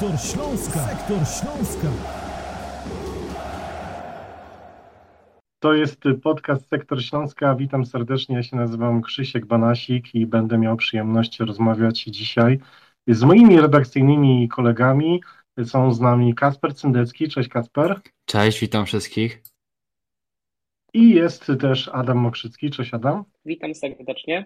Sektor Śląska. Sektor Śląska. To jest podcast Sektor Śląska. Witam serdecznie. Ja się nazywam Krzysiek Banasik i będę miał przyjemność rozmawiać dzisiaj z moimi redakcyjnymi kolegami. Są z nami Kacper Cyndecki. Cześć Kacper. Cześć, witam wszystkich. I jest też Adam Mokrzycki. Cześć Adam. Witam serdecznie.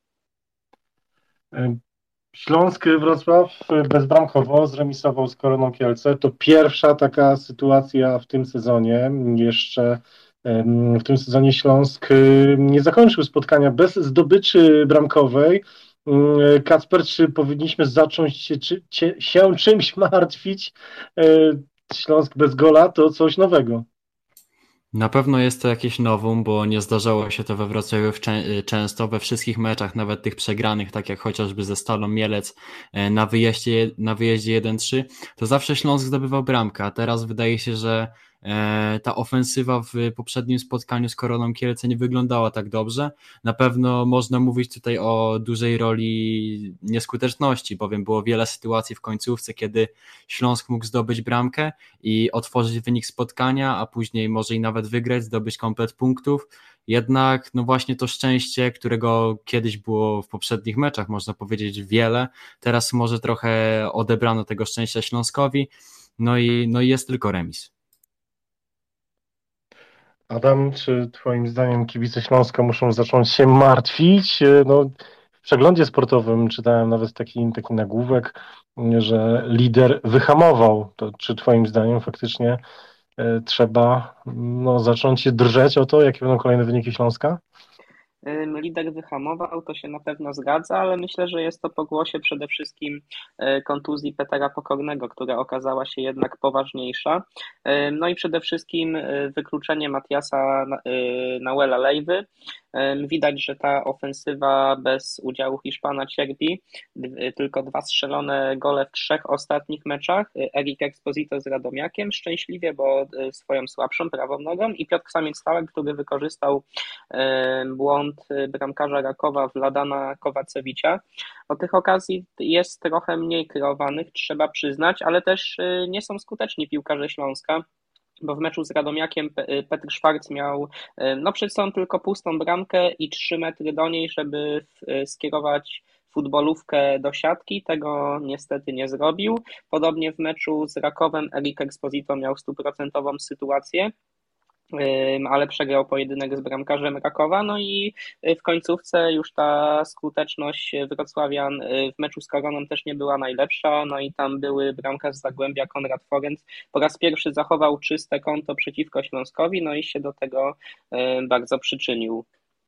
Śląsk Wrocław bezbramkowo zremisował z Koroną Kielce. To pierwsza taka sytuacja w tym sezonie. Jeszcze w tym sezonie Śląsk nie zakończył spotkania bez zdobyczy bramkowej. Kacper, czy powinniśmy zacząć się czymś martwić? Śląsk bez gola to coś nowego. Na pewno jest to jakieś nowum, bo nie zdarzało się to we Wrocławiu często, we wszystkich meczach, nawet tych przegranych, tak jak chociażby ze Stalą Mielec na wyjeździe 1-3, to zawsze Śląsk zdobywał bramkę, a teraz wydaje się, że ta ofensywa w poprzednim spotkaniu z Koroną Kielce nie wyglądała tak dobrze. Na pewno można mówić tutaj o dużej roli nieskuteczności, bowiem było wiele sytuacji w końcówce, kiedy Śląsk mógł zdobyć bramkę i otworzyć wynik spotkania, a później może i nawet wygrać, zdobyć komplet punktów. Jednak no właśnie to szczęście, którego kiedyś było w poprzednich meczach, można powiedzieć wiele, teraz może trochę odebrano tego szczęścia Śląskowi, no i jest tylko remis. Adam, czy twoim zdaniem kibice Śląska muszą zacząć się martwić? No, w przeglądzie sportowym czytałem nawet taki nagłówek, że lider wyhamował. To czy twoim zdaniem faktycznie trzeba zacząć się drżeć o to, jakie będą kolejne wyniki Śląska? Lider wyhamował, to się na pewno zgadza, ale myślę, że jest to pokłosie przede wszystkim kontuzji Petera Pokornego, która okazała się jednak poważniejsza. No i przede wszystkim wykluczenie Matiasa Nauela Lejwy. Widać, że ta ofensywa bez udziału Hiszpana cierpi. Tylko 2 strzelone gole w 3 ostatnich meczach. Erik Exposito z Radomiakiem, szczęśliwie, bo swoją słabszą prawą nogą, i Piotr Samiec-Stałek, który wykorzystał błąd bramkarza Rakowa Wladana Kowacewicza. Tych okazji jest trochę mniej kreowanych, trzeba przyznać, ale też nie są skuteczni piłkarze Śląska, bo w meczu z Radomiakiem Petr Szwarc miał przed sobą tylko pustą bramkę i 3 metry do niej, żeby skierować futbolówkę do siatki. Tego niestety nie zrobił. Podobnie w meczu z Rakowem Erik Exposito miał 100% sytuację, ale przegrał pojedynek z bramkarzem Rakowa, no i w końcówce już ta skuteczność wrocławian w meczu z Koroną też nie była najlepsza, no i tam były bramkarz z Zagłębia Konrad Forenc po raz pierwszy zachował czyste konto przeciwko Śląskowi, no i się do tego bardzo przyczynił.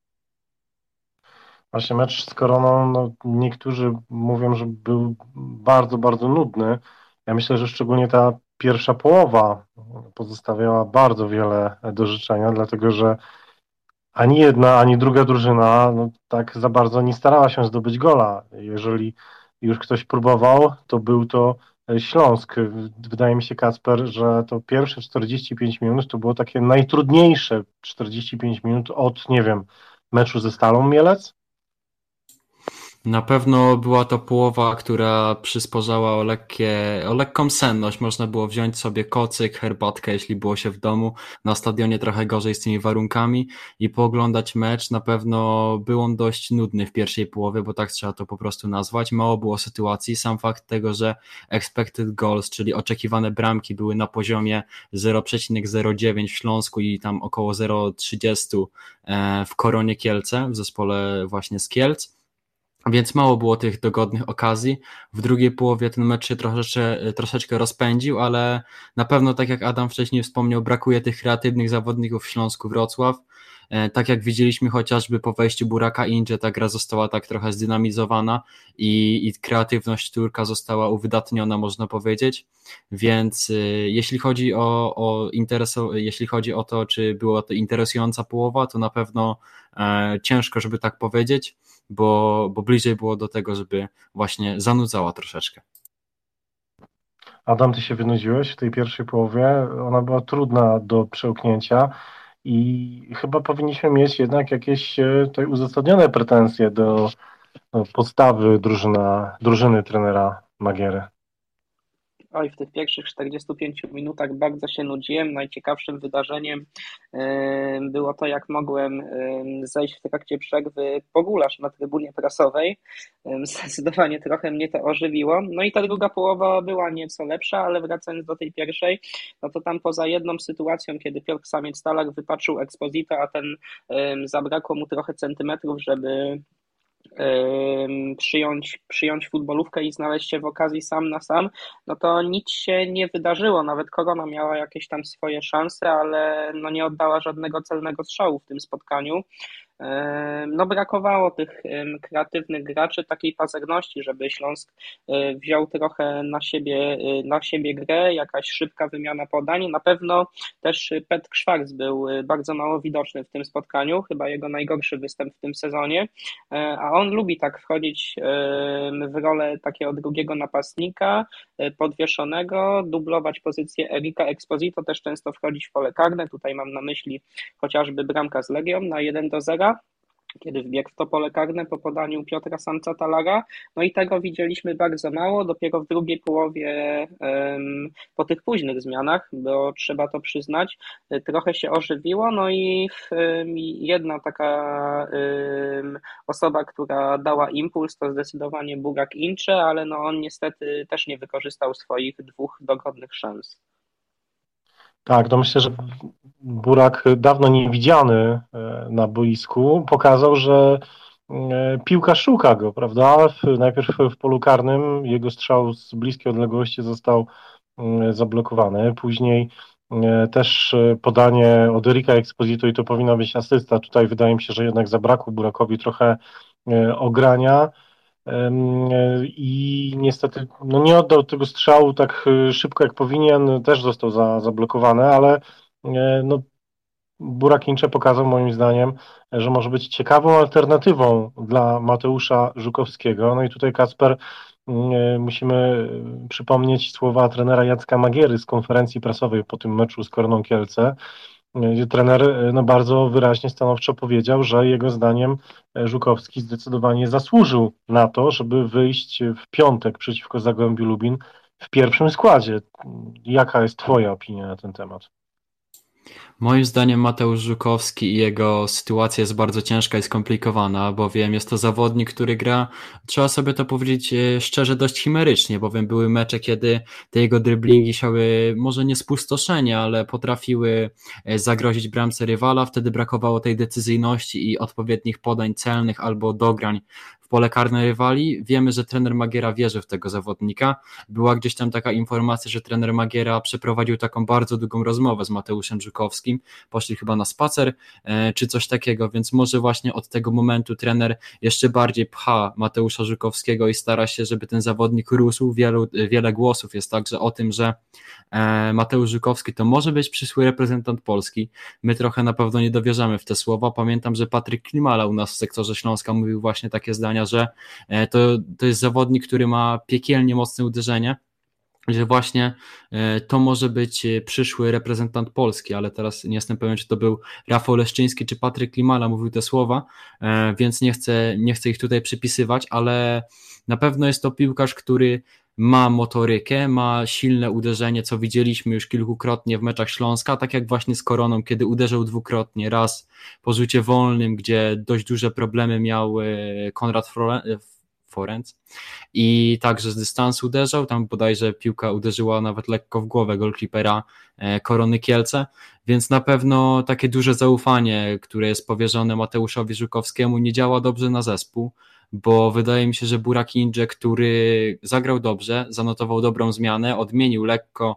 Właśnie mecz z Koroną, niektórzy mówią, że był bardzo, bardzo nudny. Ja myślę, że szczególnie ta pierwsza połowa pozostawiała bardzo wiele do życzenia, dlatego że ani jedna, ani druga drużyna tak za bardzo nie starała się zdobyć gola. Jeżeli już ktoś próbował, to był to Śląsk. Wydaje mi się, Kacper, że to pierwsze 45 minut to było takie najtrudniejsze 45 minut od, nie wiem, meczu ze Stalą Mielec. Na pewno była to połowa, która przysporzała o lekką senność. Można było wziąć sobie kocyk, herbatkę, jeśli było się w domu. Na stadionie trochę gorzej z tymi warunkami i pooglądać mecz. Na pewno był on dość nudny w pierwszej połowie, bo tak trzeba to po prostu nazwać. Mało było sytuacji. Sam fakt tego, że expected goals, czyli oczekiwane bramki, były na poziomie 0,09 w Śląsku i tam około 0,30 w Koronie Kielce, w zespole właśnie z Kielc. Więc mało było tych dogodnych okazji. W drugiej połowie ten mecz się troszeczkę rozpędził, ale na pewno, tak jak Adam wcześniej wspomniał, brakuje tych kreatywnych zawodników w Śląsku Wrocław. Tak jak widzieliśmy chociażby po wejściu Buraka Indże, ta gra została tak trochę zdynamizowana i kreatywność Turka została uwydatniona, można powiedzieć. Więc jeśli chodzi o to, czy była to interesująca połowa, to na pewno ciężko, żeby tak powiedzieć, bo bliżej było do tego, żeby właśnie zanudzała troszeczkę. Adam, ty się wynudziłeś w tej pierwszej połowie. Ona była trudna do przełknięcia i chyba powinniśmy mieć jednak jakieś tutaj uzasadnione pretensje do podstawy drużyny trenera Magiery. Oj, w tych pierwszych 45 minutach bardzo się nudziłem. Najciekawszym wydarzeniem było to, jak mogłem zejść w trakcie przerwy po gulasz na trybunie prasowej. Zdecydowanie trochę mnie to ożywiło. No i ta druga połowa była nieco lepsza, ale wracając do tej pierwszej, no to tam poza jedną sytuacją, kiedy Piotr Samiec-Stalak wypatrzył Exposito, a ten zabrakło mu trochę centymetrów, żeby przyjąć futbolówkę i znaleźć się w okazji sam na sam, no to nic się nie wydarzyło. Nawet Korona miała jakieś tam swoje szanse, ale no nie oddała żadnego celnego strzału w tym spotkaniu. No brakowało tych kreatywnych graczy, takiej pazerności, żeby Śląsk wziął trochę na siebie grę, jakaś szybka wymiana podań. Na pewno też Petr Szwarc był bardzo mało widoczny w tym spotkaniu, chyba jego najgorszy występ w tym sezonie, a on lubi tak wchodzić w rolę takiego drugiego napastnika, podwieszonego, dublować pozycję Erika Exposito, też często wchodzić w pole karne. Tutaj mam na myśli chociażby bramka z Legią na 1-0, kiedy wbiegł w to pole karne po podaniu Piotra Samca-Talara. No i tego widzieliśmy bardzo mało, dopiero w drugiej połowie, po tych późnych zmianach, bo trzeba to przyznać, trochę się ożywiło, no i jedna taka osoba, która dała impuls, to zdecydowanie Burak Incze, ale no on niestety też nie wykorzystał swoich dwóch dogodnych szans. Tak, to myślę, że Burak, dawno niewidziany na boisku, pokazał, że piłka szuka go, prawda? Najpierw w polu karnym jego strzał z bliskiej odległości został zablokowany, później też podanie od Erika Exposito i to powinna być asysta. Tutaj wydaje mi się, że jednak zabrakło Burakowi trochę ogrania. I niestety no nie oddał tego strzału tak szybko jak powinien, też został zablokowany, ale no, Burak Incze pokazał moim zdaniem, że może być ciekawą alternatywą dla Mateusza Żukowskiego. No i tutaj Kacper, musimy przypomnieć słowa trenera Jacka Magiery z konferencji prasowej po tym meczu z Korną Kielce, gdzie trener no, bardzo wyraźnie, stanowczo powiedział, że jego zdaniem Żukowski zdecydowanie zasłużył na to, żeby wyjść w piątek przeciwko Zagłębiu Lubin w pierwszym składzie. Jaka jest twoja opinia na ten temat? Moim zdaniem Mateusz Żukowski i jego sytuacja jest bardzo ciężka i skomplikowana, bowiem jest to zawodnik, który gra, trzeba sobie to powiedzieć szczerze, dość chimerycznie, bowiem były mecze, kiedy te jego driblingi siały może nie spustoszenie, ale potrafiły zagrozić bramce rywala, wtedy brakowało tej decyzyjności i odpowiednich podań celnych albo dograń w pole karne rywali. Wiemy, że trener Magiera wierzy w tego zawodnika. Była gdzieś tam taka informacja, że trener Magiera przeprowadził taką bardzo długą rozmowę z Mateuszem Żukowskim, poszli chyba na spacer czy coś takiego, więc może właśnie od tego momentu trener jeszcze bardziej pcha Mateusza Żukowskiego i stara się, żeby ten zawodnik rósł. Wiele głosów jest także o tym, że Mateusz Żukowski to może być przyszły reprezentant Polski. My trochę na pewno nie dowierzamy w te słowa. Pamiętam, że Patryk Klimala u nas w sektorze Śląska mówił właśnie takie zdania, że to jest zawodnik, który ma piekielnie mocne uderzenie, że właśnie to może być przyszły reprezentant Polski, ale teraz nie jestem pewien, czy to był Rafał Leszczyński, czy Patryk Klimala mówił te słowa, więc nie chcę ich tutaj przypisywać, ale na pewno jest to piłkarz, który ma motorykę, ma silne uderzenie, co widzieliśmy już kilkukrotnie w meczach Śląska, tak jak właśnie z Koroną, kiedy uderzył dwukrotnie, raz po rzucie wolnym, gdzie dość duże problemy miał Konrad Forenc i także z dystansu uderzał, tam bodajże piłka uderzyła nawet lekko w głowę golkipera Korony Kielce, więc na pewno takie duże zaufanie, które jest powierzone Mateuszowi Żukowskiemu, nie działa dobrze na zespół, bo wydaje mi się, że Burak Indże, który zagrał dobrze, zanotował dobrą zmianę, odmienił lekko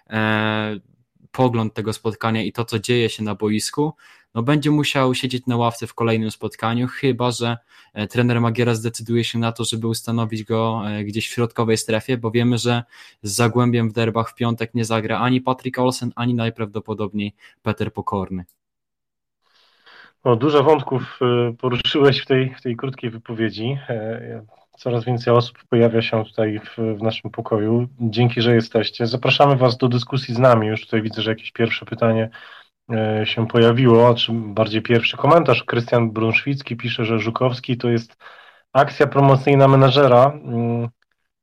pogląd tego spotkania i to, co dzieje się na boisku, no będzie musiał siedzieć na ławce w kolejnym spotkaniu, chyba że trener Magiera zdecyduje się na to, żeby ustanowić go gdzieś w środkowej strefie, bo wiemy, że z Zagłębiem w derbach w piątek nie zagra ani Patryk Olsen, ani najprawdopodobniej Peter Pokorny. No, dużo wątków poruszyłeś w tej krótkiej wypowiedzi. Coraz więcej osób pojawia się tutaj w naszym pokoju. Dzięki, że jesteście. Zapraszamy Was do dyskusji z nami. Już tutaj widzę, że jakieś pierwsze pytanie się pojawiło, a czy bardziej pierwszy komentarz. Krystian Brunszwicki pisze, że Żukowski to jest akcja promocyjna menadżera.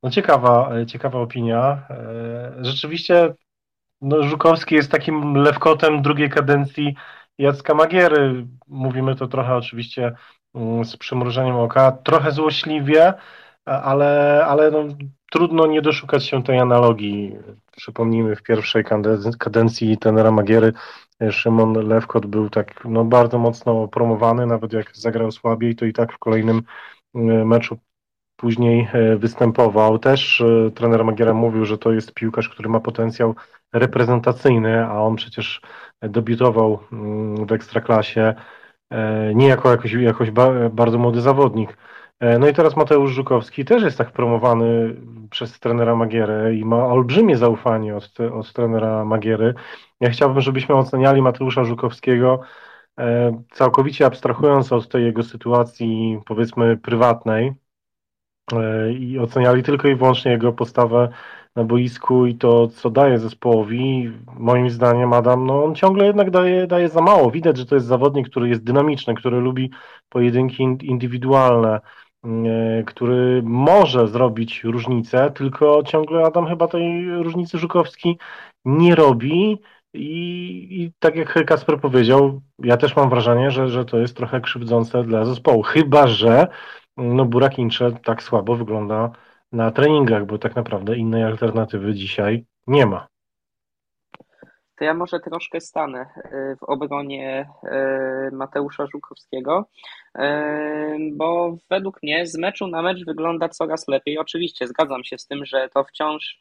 No ciekawa opinia. Rzeczywiście no, Żukowski jest takim lewkotem drugiej kadencji Jacka Magiery. Mówimy to trochę oczywiście z przymrużeniem oka, trochę złośliwie, ale no, trudno nie doszukać się tej analogii. Przypomnijmy, w pierwszej kadencji tenera Magiery Szymon Lewkot był tak no, bardzo mocno promowany, nawet jak zagrał słabiej, to i tak w kolejnym meczu później występował. Też trener Magiera mówił, że to jest piłkarz, który ma potencjał reprezentacyjny, a on przecież debiutował w Ekstraklasie nie jako jakoś bardzo młody zawodnik. No i teraz Mateusz Żukowski też jest tak promowany przez trenera Magierę i ma olbrzymie zaufanie od trenera Magiery. Ja chciałbym, żebyśmy oceniali Mateusza Żukowskiego całkowicie abstrahując od tej jego sytuacji, powiedzmy, prywatnej, i oceniali tylko i wyłącznie jego postawę na boisku i to, co daje zespołowi. Moim zdaniem Adam, no on ciągle jednak daje za mało. Widać, że to jest zawodnik, który jest dynamiczny, który lubi pojedynki indywidualne, który może zrobić różnicę, tylko ciągle Adam chyba tej różnicy Żukowski nie robi. I tak jak Kasper powiedział, ja też mam wrażenie, że to jest trochę krzywdzące dla zespołu. Chyba że no Burak Incze tak słabo wygląda na treningach, bo tak naprawdę innej alternatywy dzisiaj nie ma. To ja może troszkę stanę w obronie Mateusza Żukowskiego, bo według mnie z meczu na mecz wygląda coraz lepiej. Oczywiście zgadzam się z tym, że to wciąż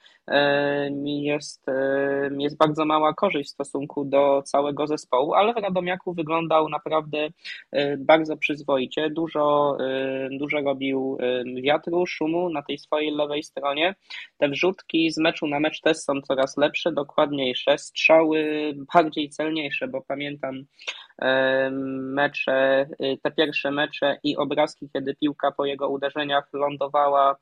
jest bardzo mała korzyść w stosunku do całego zespołu, ale w Radomiaku wyglądał naprawdę bardzo przyzwoicie. Dużo robił wiatru, szumu na tej swojej lewej stronie. Te wrzutki z meczu na mecz też są coraz lepsze, dokładniejsze, strzały bardziej celniejsze, bo pamiętam te pierwsze mecze i obrazki, kiedy piłka po jego uderzeniach lądowała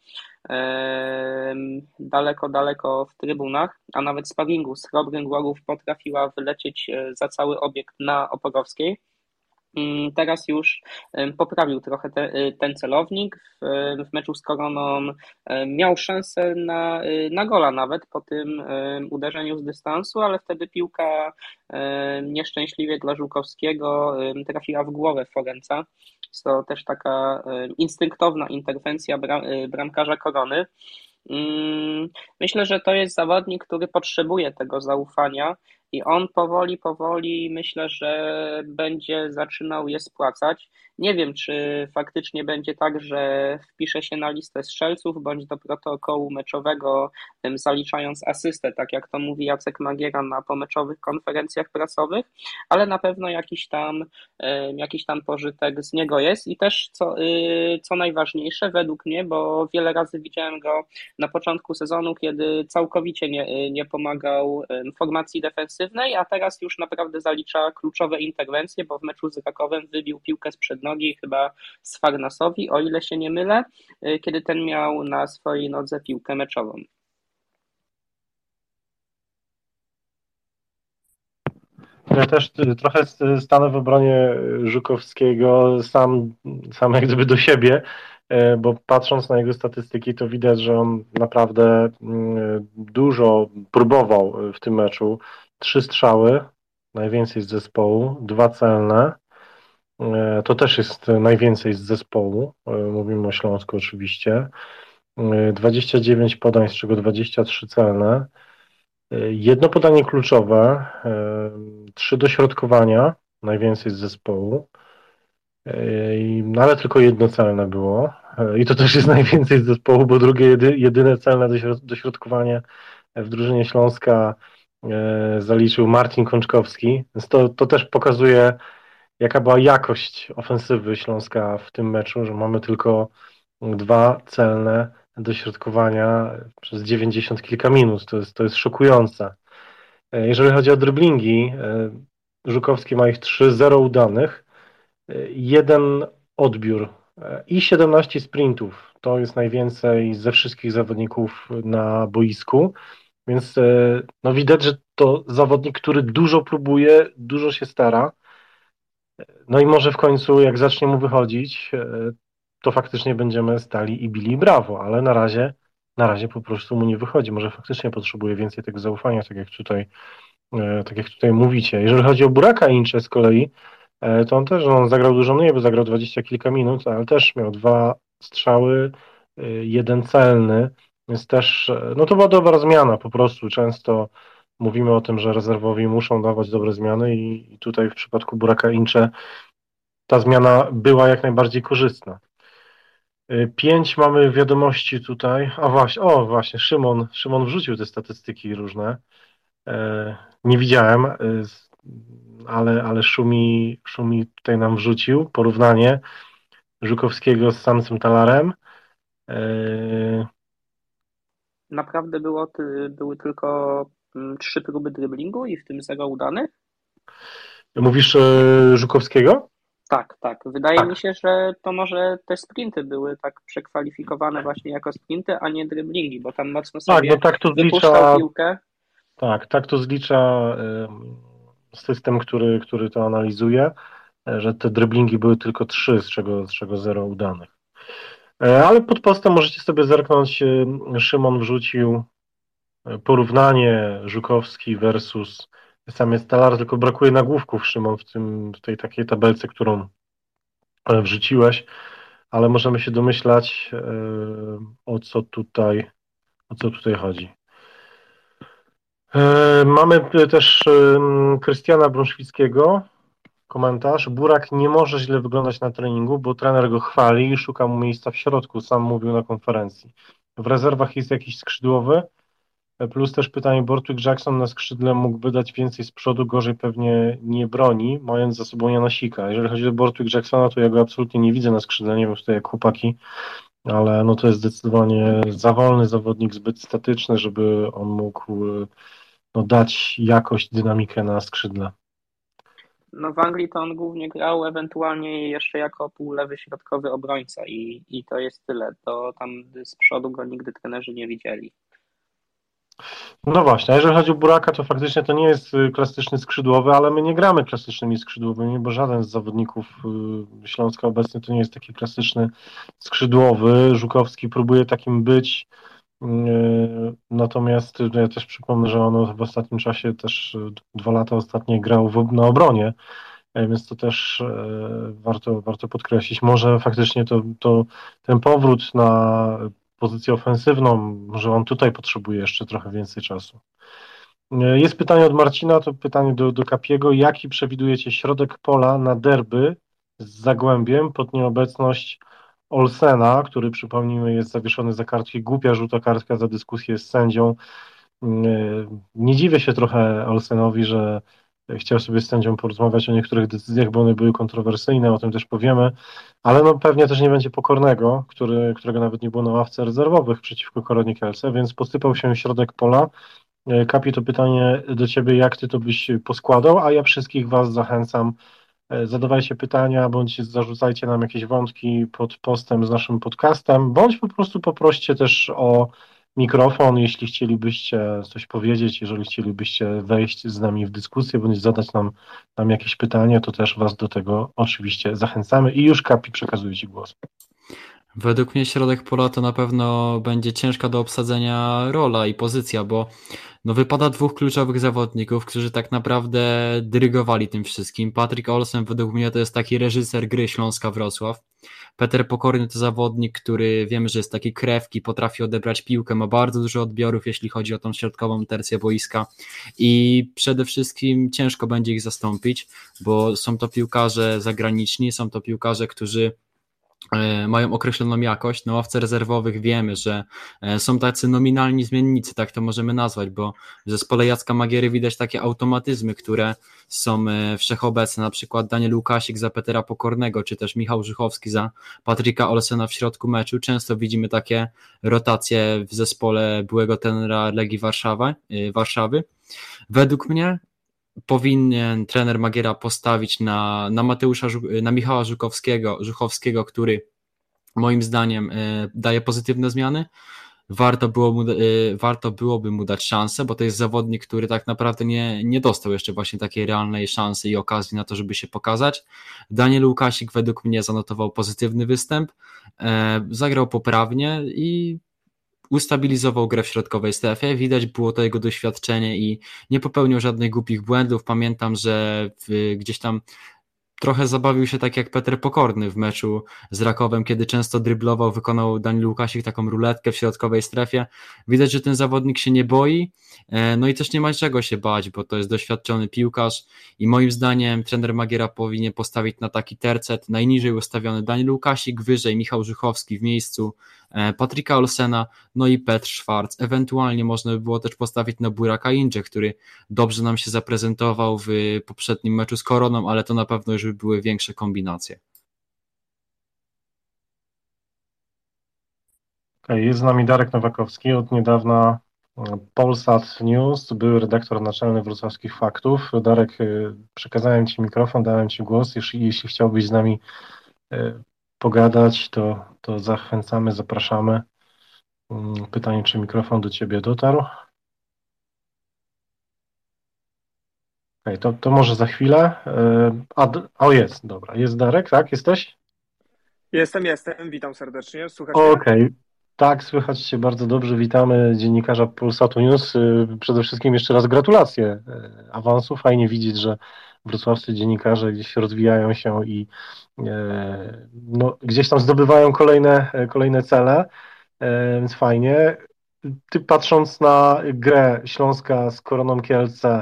daleko w trybunach, a nawet z sparingu z Robrym Głogów potrafiła wylecieć za cały obiekt na Oporowskiej. Teraz już poprawił trochę ten celownik. W meczu z Koroną miał szansę na gola nawet po tym uderzeniu z dystansu, ale wtedy piłka nieszczęśliwie dla Żukowskiego trafiła w głowę Forenca. Jest to też taka instynktowna interwencja bramkarza Korony. Myślę, że to jest zawodnik, który potrzebuje tego zaufania i on powoli, myślę, że będzie zaczynał je spłacać. Nie wiem, czy faktycznie będzie tak, że wpisze się na listę strzelców bądź do protokołu meczowego, zaliczając asystę, tak jak to mówi Jacek Magiera na pomeczowych konferencjach prasowych, ale na pewno jakiś tam pożytek z niego jest i też co najważniejsze według mnie, bo wiele razy widziałem go na początku sezonu, kiedy całkowicie nie pomagał formacji defensywnej, a teraz już naprawdę zalicza kluczowe interwencje, bo w meczu z Rakowem wybił piłkę sprzed nogi chyba Sfarnasowi, o ile się nie mylę, kiedy ten miał na swojej nodze piłkę meczową. Ja też trochę stanę w obronie Żukowskiego sam jak gdyby do siebie, bo patrząc na jego statystyki, to widać, że on naprawdę dużo próbował w tym meczu. 3 strzały, najwięcej z zespołu, 2 celne. To też jest najwięcej z zespołu. Mówimy o Śląsku oczywiście. 29 podań, z czego 23 celne. Jedno podanie kluczowe, 3 dośrodkowania, najwięcej z zespołu, no ale tylko jedno celne było. I to też jest najwięcej z zespołu, bo drugie jedyne celne dośrodkowanie w drużynie Śląska zaliczył Marcin Kączkowski. Więc to też pokazuje, jaka była jakość ofensywy Śląska w tym meczu, że mamy tylko 2 celne dośrodkowania przez 90 kilka minut. To jest szokujące. Jeżeli chodzi o driblingi, Żukowski ma ich 3, 0 udanych, 1 odbiór i 17 sprintów. To jest najwięcej ze wszystkich zawodników na boisku, więc no widać, że to zawodnik, który dużo próbuje, dużo się stara. No i może w końcu, jak zacznie mu wychodzić, to faktycznie będziemy stali i bili brawo, ale na razie na razie po prostu mu nie wychodzi. Może faktycznie potrzebuje więcej tego zaufania, tak jak tutaj mówicie. Jeżeli chodzi o Buraka Incze z kolei, to on zagrał dużo mniej, bo zagrał 20 kilka minut, ale też miał 2 strzały, 1 celny, więc też, no to była dobra zmiana po prostu. Często mówimy o tym, że rezerwowi muszą dawać dobre zmiany i tutaj w przypadku Buraka Incze ta zmiana była jak najbardziej korzystna. 5 mamy wiadomości tutaj. Właśnie, Szymon wrzucił te statystyki różne. Nie widziałem, ale Szumi tutaj nam wrzucił porównanie Żukowskiego z Samcem Talarem. Naprawdę były tylko 3 próby driblingu i w tym 0 udanych? Mówisz Żukowskiego? Tak. Wydaje mi się, że to może te sprinty były tak przekwalifikowane właśnie jako sprinty, a nie driblingi, bo tam mocno sobie tak to wypuszczał piłkę. Tak to zlicza system, który to analizuje, że te driblingi były tylko 3, z czego 0 udanych. Ale pod postem możecie sobie zerknąć. Szymon wrzucił porównanie Żukowski versus Samiec Talar, tylko brakuje nagłówków, Szymon, w tej takiej tabelce, którą wrzuciłeś, ale możemy się domyślać, o co tutaj chodzi. Mamy też Krystiana Brunszwickiego. Komentarz. Burak nie może źle wyglądać na treningu, bo trener go chwali i szuka mu miejsca w środku, sam mówił na konferencji. W rezerwach jest jakiś skrzydłowy, plus też pytanie, Bortwick Jackson na skrzydle mógłby dać więcej z przodu, gorzej pewnie nie broni, mając za sobą Janasika. Jeżeli chodzi o Bortwick Jacksona, to ja go absolutnie nie widzę na skrzydle, nie wiem tutaj jak chłopaki, ale no to jest zdecydowanie za wolny zawodnik, zbyt statyczny, żeby on mógł dać jakość, dynamikę na skrzydle. No w Anglii to on głównie grał ewentualnie jeszcze jako półlewy środkowy obrońca i to jest tyle. To tam z przodu go nigdy trenerzy nie widzieli. No właśnie, a jeżeli chodzi o Buraka, to faktycznie to nie jest klasyczny skrzydłowy, ale my nie gramy klasycznymi skrzydłowymi, bo żaden z zawodników Śląska obecnie to nie jest taki klasyczny skrzydłowy. Żukowski próbuje takim być, natomiast ja też przypomnę, że on w ostatnim czasie też 2 lata ostatnie grał na obronie, więc to też warto podkreślić. Może faktycznie ten powrót na pozycję ofensywną, może on tutaj potrzebuje jeszcze trochę więcej czasu. Jest pytanie od Marcina, to pytanie do Kapiego. Jaki przewidujecie środek pola na derby z Zagłębiem pod nieobecność Olsena, który, przypomnijmy, jest zawieszony za kartki, głupia żółta kartka za dyskusję z sędzią. Nie dziwię się trochę Olsenowi, że chciał sobie z sędzią porozmawiać o niektórych decyzjach, bo one były kontrowersyjne, o tym też powiemy, ale no pewnie też nie będzie Pokornego, którego nawet nie było na ławce rezerwowych przeciwko Koronie Kielce, więc posypał się środek pola. Kapi, to pytanie do Ciebie, jak Ty to byś poskładał, a ja wszystkich Was zachęcam, zadawajcie pytania, bądź zarzucajcie nam jakieś wątki pod postem z naszym podcastem, bądź po prostu poproście też o mikrofon, jeśli chcielibyście coś powiedzieć, jeżeli chcielibyście wejść z nami w dyskusję, bądź zadać nam jakieś pytanie, to też Was do tego oczywiście zachęcamy i już Kapi przekazuję Ci głos. Według mnie środek pola to na pewno będzie ciężka do obsadzenia rola i pozycja, bo wypada 2 kluczowych zawodników, którzy tak naprawdę dyrygowali tym wszystkim. Patryk Olsen według mnie to jest taki reżyser gry Śląska Wrocław. Peter Pokorny to zawodnik, który wiemy, że jest taki krewki, potrafi odebrać piłkę, ma bardzo dużo odbiorów, jeśli chodzi o tą środkową tercję boiska i przede wszystkim ciężko będzie ich zastąpić, bo są to piłkarze zagraniczni, są to piłkarze, którzy mają określoną jakość. Na ławce rezerwowych wiemy, że są tacy nominalni zmiennicy, tak to możemy nazwać, bo w zespole Jacka Magiery widać takie automatyzmy, które są wszechobecne, na przykład Daniel Łukasik za Petera Pokornego, czy też Michał Żuchowski za Patryka Olsena w środku meczu. Często widzimy takie rotacje w zespole byłego trenera Legii Warszawy. Według mnie powinien trener Magiera postawić na Michała Żuchowskiego, który moim zdaniem daje pozytywne zmiany. Warto byłoby mu dać szansę, bo to jest zawodnik, który tak naprawdę nie dostał jeszcze właśnie takiej realnej szansy i okazji na to, żeby się pokazać. Daniel Łukasik według mnie zanotował pozytywny występ, zagrał poprawnie i ustabilizował grę w środkowej strefie, widać było to jego doświadczenie i nie popełnił żadnych głupich błędów. Pamiętam, że gdzieś tam trochę zabawił się tak jak Petr Pokorny w meczu z Rakowem, kiedy często dryblował, wykonał Daniel Łukasik taką ruletkę w środkowej strefie. Widać, że ten zawodnik się nie boi, no i też nie ma czego się bać, bo to jest doświadczony piłkarz i moim zdaniem trener Magiera powinien postawić na taki tercet, najniżej ustawiony Daniel Łukasik, wyżej Michał Żuchowski w miejscu Patryka Olsena, no i Petr Schwarz. Ewentualnie można by było też postawić na Buraka Indże, który dobrze nam się zaprezentował w poprzednim meczu z Koroną, ale to na pewno już by były większe kombinacje. Jest z nami Darek Nowakowski, od niedawna Polsat News, były redaktor naczelny Wrocławskich Faktów. Darek, przekazałem Ci mikrofon, dałem Ci głos. Jeśli chciałbyś z nami pogadać, to zachęcamy, zapraszamy. Pytanie, czy mikrofon do Ciebie dotarł? To może za chwilę. Jest, dobra. Jest Darek, tak? Jesteś? Jestem, witam serdecznie, słuchaj mnie? Okej. Tak, słychać Cię bardzo dobrze. Witamy dziennikarza Polsatu News. Przede wszystkim jeszcze raz gratulacje awansu. Fajnie widzieć, że wrocławscy dziennikarze gdzieś rozwijają się i gdzieś tam zdobywają kolejne cele, więc fajnie. Ty, patrząc na grę Śląska z Koroną Kielce,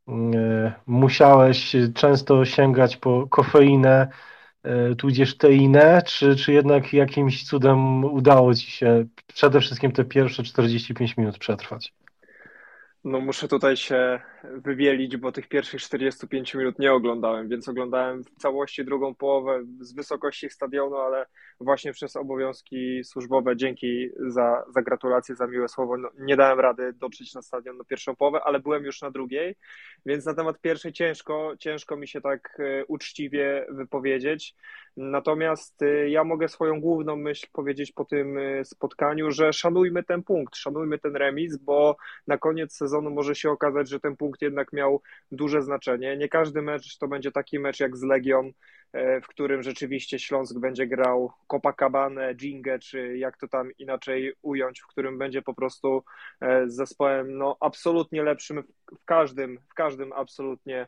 musiałeś często sięgać po kofeinę, tudzież teinę, czy jednak jakimś cudem udało Ci się przede wszystkim te pierwsze 45 minut przetrwać? No muszę tutaj się wybielić, bo tych pierwszych 45 minut nie oglądałem, więc oglądałem w całości drugą połowę z wysokości stadionu, ale właśnie przez obowiązki służbowe, dzięki za gratulacje, za miłe słowo, no, nie dałem rady dotrzeć na stadion na pierwszą połowę, ale byłem już na drugiej, więc na temat pierwszej ciężko mi się tak uczciwie wypowiedzieć. Natomiast ja mogę swoją główną myśl powiedzieć po tym spotkaniu, że szanujmy ten punkt, szanujmy ten remis, bo na koniec sezonu może się okazać, że ten punkt jednak miał duże znaczenie. Nie każdy mecz to będzie taki mecz jak z Legią, w którym rzeczywiście Śląsk będzie grał Copacabana, Dżingę, czy jak to tam inaczej ująć, w którym będzie po prostu z zespołem no, absolutnie lepszym w każdym absolutnie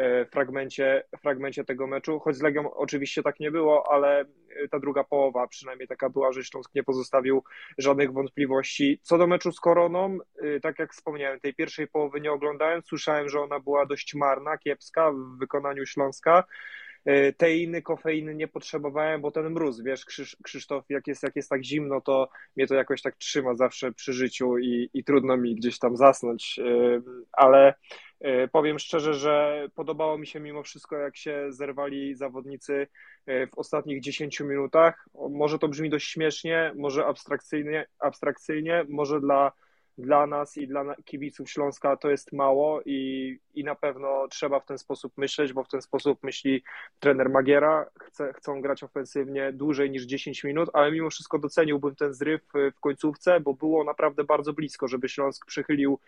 fragmencie tego meczu, choć z Legią oczywiście tak nie było, ale ta druga połowa przynajmniej taka była, że Śląsk nie pozostawił żadnych wątpliwości. Co do meczu z Koroną, tak jak wspomniałem, tej pierwszej połowy nie oglądałem, słyszałem, że ona była dość marna, kiepska w wykonaniu Śląska. Teiny, kofeiny nie potrzebowałem, bo ten mróz, wiesz, Krzysztof, jak jest tak zimno, to mnie to jakoś tak trzyma zawsze przy życiu i trudno mi gdzieś tam zasnąć, ale powiem szczerze, że podobało mi się mimo wszystko, jak się zerwali zawodnicy w ostatnich 10 minutach. Może to brzmi dość śmiesznie, może abstrakcyjnie, może dla nas i dla kibiców Śląska to jest mało i na pewno trzeba w ten sposób myśleć, bo w ten sposób myśli trener Magiera. Chcą grać ofensywnie dłużej niż 10 minut, ale mimo wszystko doceniłbym ten zryw w końcówce, bo było naprawdę bardzo blisko, żeby Śląsk przychylił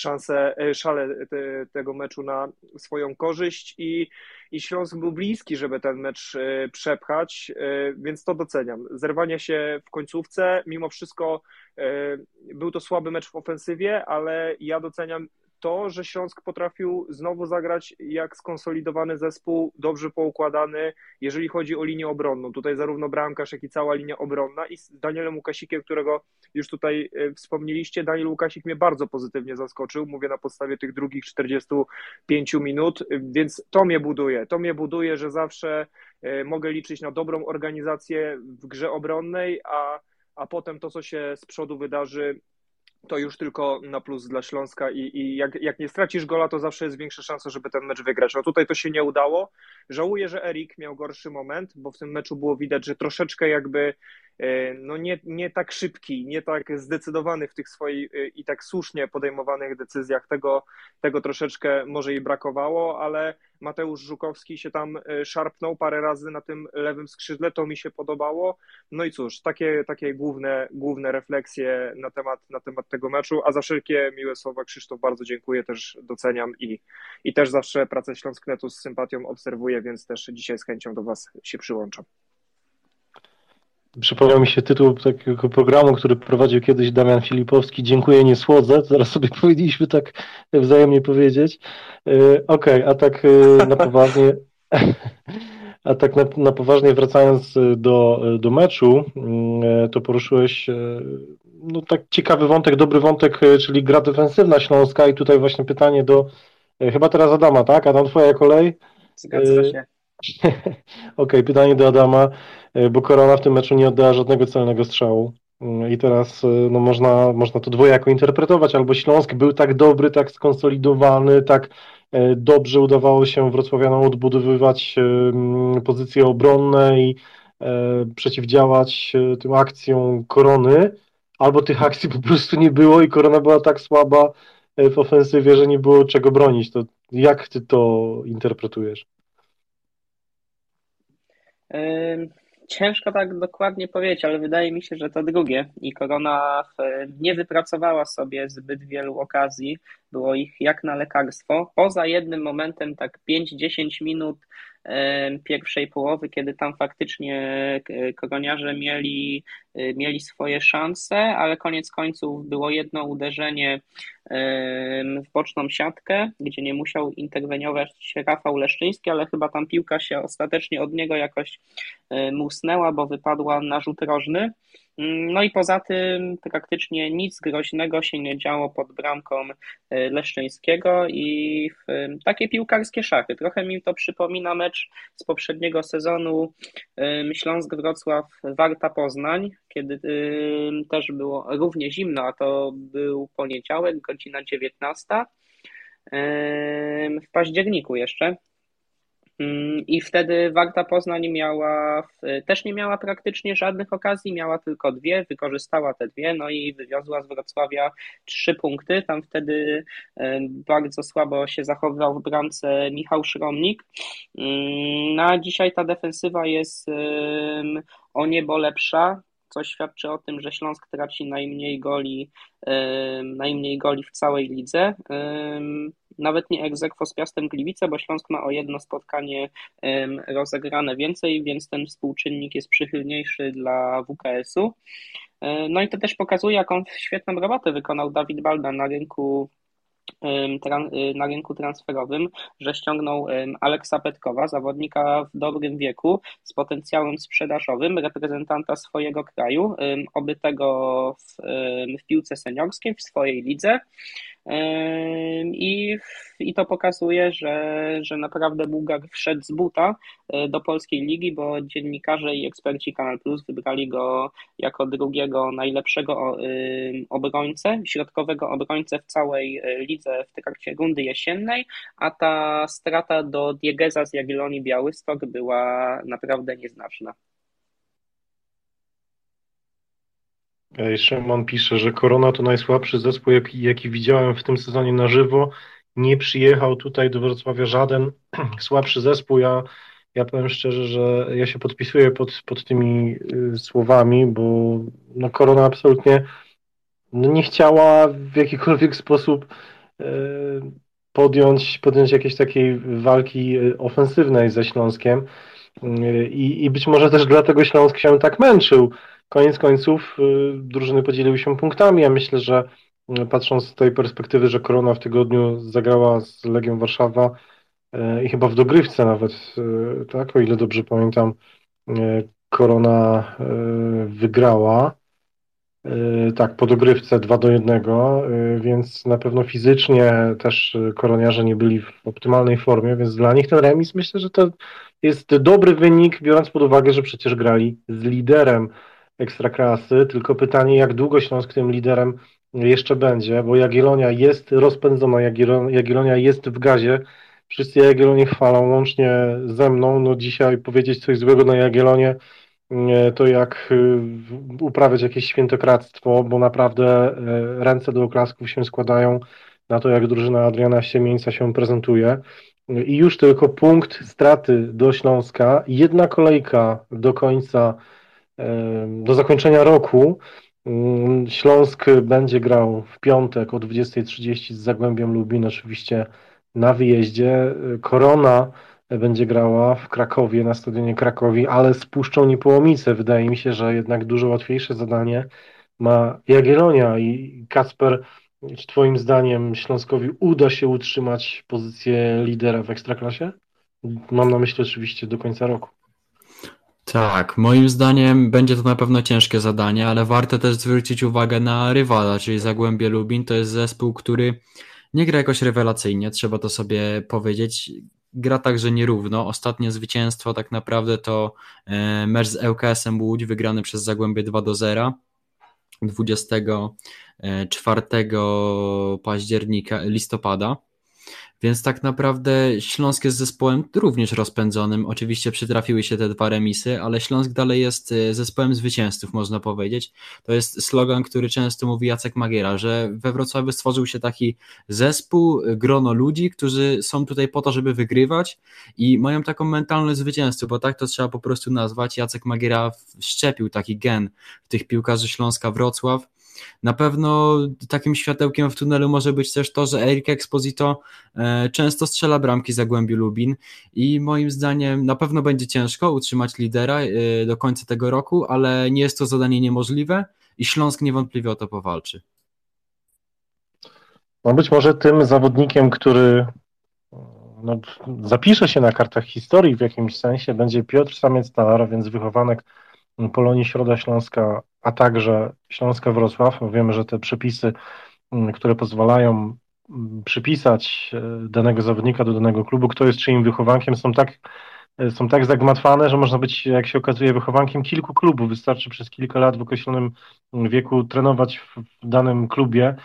szale tego meczu na swoją korzyść i Śląsk był bliski, żeby ten mecz przepchać, więc to doceniam. Zerwanie się w końcówce, mimo wszystko był to słaby mecz w ofensywie, ale ja doceniam to, że Śląsk potrafił znowu zagrać jak skonsolidowany zespół, dobrze poukładany, jeżeli chodzi o linię obronną. Tutaj zarówno bramkarz, jak i cała linia obronna i z Danielem Łukasikiem, którego już tutaj wspomnieliście. Daniel Łukasik mnie bardzo pozytywnie zaskoczył, mówię na podstawie tych drugich 45 minut, więc to mnie buduje, że zawsze mogę liczyć na dobrą organizację w grze obronnej, a potem to, co się z przodu wydarzy, to już tylko na plus dla Śląska i jak nie stracisz gola, to zawsze jest większa szansa, żeby ten mecz wygrać. No tutaj to się nie udało. Żałuję, że Erik miał gorszy moment, bo w tym meczu było widać, że troszeczkę jakby no nie tak szybki, nie tak zdecydowany w tych swoich i tak słusznie podejmowanych decyzjach. Tego troszeczkę może jej brakowało, ale Mateusz Żukowski się tam szarpnął parę razy na tym lewym skrzydle, to mi się podobało. No i cóż, takie główne refleksje na temat tego meczu, a za wszelkie miłe słowa Krzysztof bardzo dziękuję, też doceniam i też zawsze pracę Śląsknetu z sympatią obserwuję, więc też dzisiaj z chęcią do Was się przyłączam. Przypomniał mi się tytuł takiego programu, który prowadził kiedyś Damian Filipowski. Dziękuję, nie słodzę. Zaraz sobie powinniśmy tak wzajemnie powiedzieć. Okej, a tak na poważnie. A tak na poważnie wracając do meczu, to poruszyłeś no tak ciekawy wątek, dobry wątek, czyli gra defensywna Śląska i tutaj właśnie pytanie do chyba teraz Adama, tak? Adam, twoja kolej? Zgadza się. Okej, pytanie do Adama, bo Korona w tym meczu nie oddała żadnego celnego strzału. I teraz no można to dwojako interpretować, albo Śląsk był tak dobry, tak skonsolidowany, tak dobrze udawało się wrocławianom odbudowywać pozycje obronne i przeciwdziałać tym akcjom Korony, albo tych akcji po prostu nie było i Korona była tak słaba w ofensywie, że nie było czego bronić. To jak ty to interpretujesz? Ciężko tak dokładnie powiedzieć, ale wydaje mi się, że to drugie i Korona nie wypracowała sobie zbyt wielu okazji, było ich jak na lekarstwo, poza jednym momentem tak 5-10 minut pierwszej połowy, kiedy tam faktycznie koroniarze mieli swoje szanse, ale koniec końców było jedno uderzenie w boczną siatkę, gdzie nie musiał interweniować Rafał Leszczyński, ale chyba tam piłka się ostatecznie od niego jakoś musnęła, bo wypadła na rzut rożny. No i poza tym praktycznie nic groźnego się nie działo pod bramką Leszczyńskiego i takie piłkarskie szachy. Trochę mi to przypomina mecz z poprzedniego sezonu Śląsk-Wrocław Warta Poznań, kiedy też było równie zimno, a to był poniedziałek, godzina 19 w październiku jeszcze. I wtedy Warta Poznań też nie miała praktycznie żadnych okazji, miała tylko dwie, wykorzystała te dwie, no i wywiozła z Wrocławia 3 punkty. Tam wtedy bardzo słabo się zachowywał w bramce Michał Szromnik. A dzisiaj ta defensywa jest o niebo lepsza, co świadczy o tym, że Śląsk traci najmniej goli w całej lidze. Nawet nie ex aequo z Piastem Gliwice, bo Śląsk ma o jedno spotkanie rozegrane więcej, więc ten współczynnik jest przychylniejszy dla WKS-u. No i to też pokazuje, jaką świetną robotę wykonał Dawid Balda na rynku transferowym, że ściągnął Aleksa Petkowa, zawodnika w dobrym wieku, z potencjałem sprzedażowym, reprezentanta swojego kraju, obytego w piłce seniorskiej, w swojej lidze. I to pokazuje, że naprawdę Bułgar wszedł z buta do polskiej ligi, bo dziennikarze i eksperci Kanal Plus wybrali go jako drugiego najlepszego środkowego obrońcę w całej lidze w trakcie rundy jesiennej, a ta strata do Diegeza z Jagiellonii Białystok była naprawdę nieznaczna. Szymon pisze, że Korona to najsłabszy zespół, jaki widziałem w tym sezonie na żywo. Nie przyjechał tutaj do Wrocławia żaden słabszy zespół. Ja powiem szczerze, że ja się podpisuję pod tymi słowami, bo no Korona absolutnie nie chciała w jakikolwiek sposób podjąć jakiejś takiej walki ofensywnej ze Śląskiem. I być może też dlatego Śląsk się tak męczył. Koniec końców drużyny podzieliły się punktami. Ja myślę, że patrząc z tej perspektywy, że Korona w tygodniu zagrała z Legią Warszawa i chyba w dogrywce nawet, tak, o ile dobrze pamiętam, Korona wygrała. Tak, po dogrywce 2-1, więc na pewno fizycznie też koroniarze nie byli w optymalnej formie, więc dla nich ten remis myślę, że to jest dobry wynik, biorąc pod uwagę, że przecież grali z liderem Ekstraklasy, tylko pytanie, jak długo Śląsk tym liderem jeszcze będzie, bo Jagiellonia jest rozpędzona, Jagiellonia jest w gazie, wszyscy Jagiellonię chwalą, łącznie ze mną, no dzisiaj powiedzieć coś złego na Jagiellonię to jak uprawiać jakieś świętokradztwo, bo naprawdę ręce do oklasków się składają na to, jak drużyna Adriana Siemieńca się prezentuje. I już tylko punkt straty do Śląska, jedna kolejka do końca, do zakończenia roku. Śląsk będzie grał w piątek o 20:30 z Zagłębiem Lubin, oczywiście na wyjeździe. Korona będzie grała w Krakowie, na stadionie Krakowi, ale z Puszczą Niepołomice. Wydaje mi się, że jednak dużo łatwiejsze zadanie ma Jagiellonia i Kacper, czy twoim zdaniem Śląskowi uda się utrzymać pozycję lidera w Ekstraklasie? Mam na myśli oczywiście do końca roku. Tak, moim zdaniem będzie to na pewno ciężkie zadanie, ale warto też zwrócić uwagę na rywala, czyli Zagłębie Lubin. To jest zespół, który nie gra jakoś rewelacyjnie, trzeba to sobie powiedzieć. Gra także nierówno. Ostatnie zwycięstwo tak naprawdę to mecz z ŁKS-em Łódź wygrany przez Zagłębie 2-0 24 listopada. Więc tak naprawdę Śląsk jest zespołem również rozpędzonym. Oczywiście przytrafiły się te 2 remisy, ale Śląsk dalej jest zespołem zwycięzców, można powiedzieć. To jest slogan, który często mówi Jacek Magiera, że we Wrocławiu stworzył się taki zespół, grono ludzi, którzy są tutaj po to, żeby wygrywać i mają taką mentalność zwycięzców, bo tak to trzeba po prostu nazwać. Jacek Magiera wszczepił taki gen w tych piłkarzy Śląska Wrocław. Na pewno takim światełkiem w tunelu może być też to, że Eric Exposito często strzela bramki Zagłębiu Lubin i moim zdaniem na pewno będzie ciężko utrzymać lidera do końca tego roku, ale nie jest to zadanie niemożliwe i Śląsk niewątpliwie o to powalczy. No być może tym zawodnikiem, który no, zapisze się na kartach historii w jakimś sensie, będzie Piotr Samiec-Talar, więc wychowanek Polonii Środa Śląska, a także Śląska Wrocław. Wiemy, że te przepisy, które pozwalają przypisać danego zawodnika do danego klubu, kto jest czyim wychowankiem, są tak zagmatwane, że można być, jak się okazuje, wychowankiem kilku klubów. Wystarczy przez kilka lat w określonym wieku trenować w danym klubie,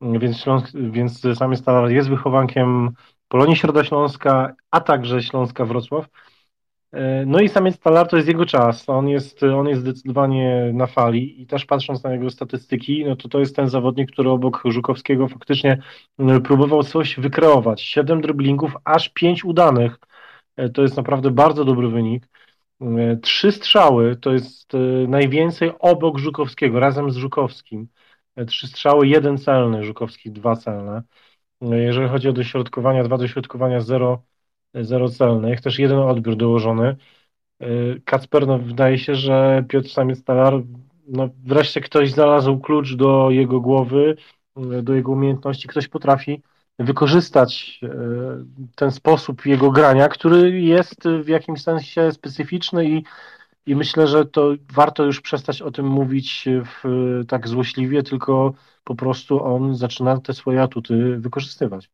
więc Samiec Talar jest wychowankiem Polonii Środa Śląska, a także Śląska Wrocław. No i Samiec Talar to jest jego czas. On jest zdecydowanie na fali i też patrząc na jego statystyki, no to jest ten zawodnik, który obok Żukowskiego faktycznie próbował coś wykreować. 7 driblingów, aż 5 udanych. To jest naprawdę bardzo dobry wynik. 3 strzały to jest najwięcej obok Żukowskiego, razem z Żukowskim. 3 strzały, 1 celny, Żukowski 2 celne. Jeżeli chodzi o dośrodkowania, 2 dośrodkowania, 0 celnych, też 1 odbiór dołożony. Kacper, no wydaje się, że Piotr Samiec-Talar, no wreszcie ktoś znalazł klucz do jego głowy, do jego umiejętności, ktoś potrafi wykorzystać ten sposób jego grania, który jest w jakimś sensie specyficzny i myślę, że to warto już przestać o tym mówić tak złośliwie, tylko po prostu on zaczyna te swoje atuty wykorzystywać.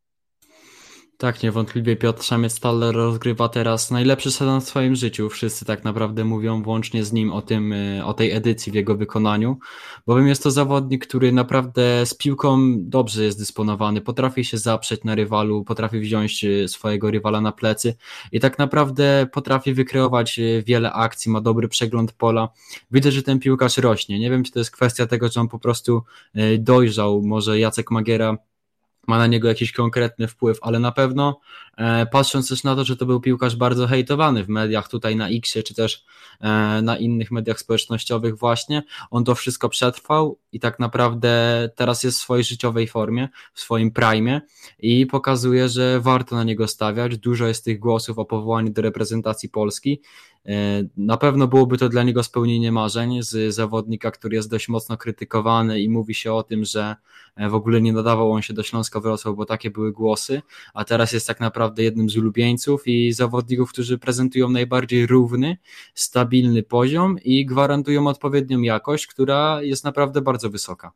Tak, niewątpliwie Piotr Samiec-Talar rozgrywa teraz najlepszy sezon w swoim życiu. Wszyscy tak naprawdę mówią włącznie z nim o tej edycji w jego wykonaniu, bowiem jest to zawodnik, który naprawdę z piłką dobrze jest dysponowany, potrafi się zaprzeć na rywalu, potrafi wziąć swojego rywala na plecy i tak naprawdę potrafi wykreować wiele akcji, ma dobry przegląd pola. Widzę, że ten piłkarz rośnie. Nie wiem, czy to jest kwestia tego, że on po prostu dojrzał, może Jacek Magiera ma na niego jakiś konkretny wpływ, ale na pewno patrząc też na to, że to był piłkarz bardzo hejtowany w mediach tutaj na X-ie, czy też na innych mediach społecznościowych właśnie, on to wszystko przetrwał i tak naprawdę teraz jest w swojej życiowej formie, w swoim prime i pokazuje, że warto na niego stawiać, dużo jest tych głosów o powołaniu do reprezentacji Polski. Na pewno byłoby to dla niego spełnienie marzeń z zawodnika, który jest dość mocno krytykowany i mówi się o tym, że w ogóle nie nadawał on się do Śląska Wrocław, bo takie były głosy, a teraz jest tak naprawdę jednym z ulubieńców i zawodników, którzy prezentują najbardziej równy, stabilny poziom i gwarantują odpowiednią jakość, która jest naprawdę bardzo wysoka.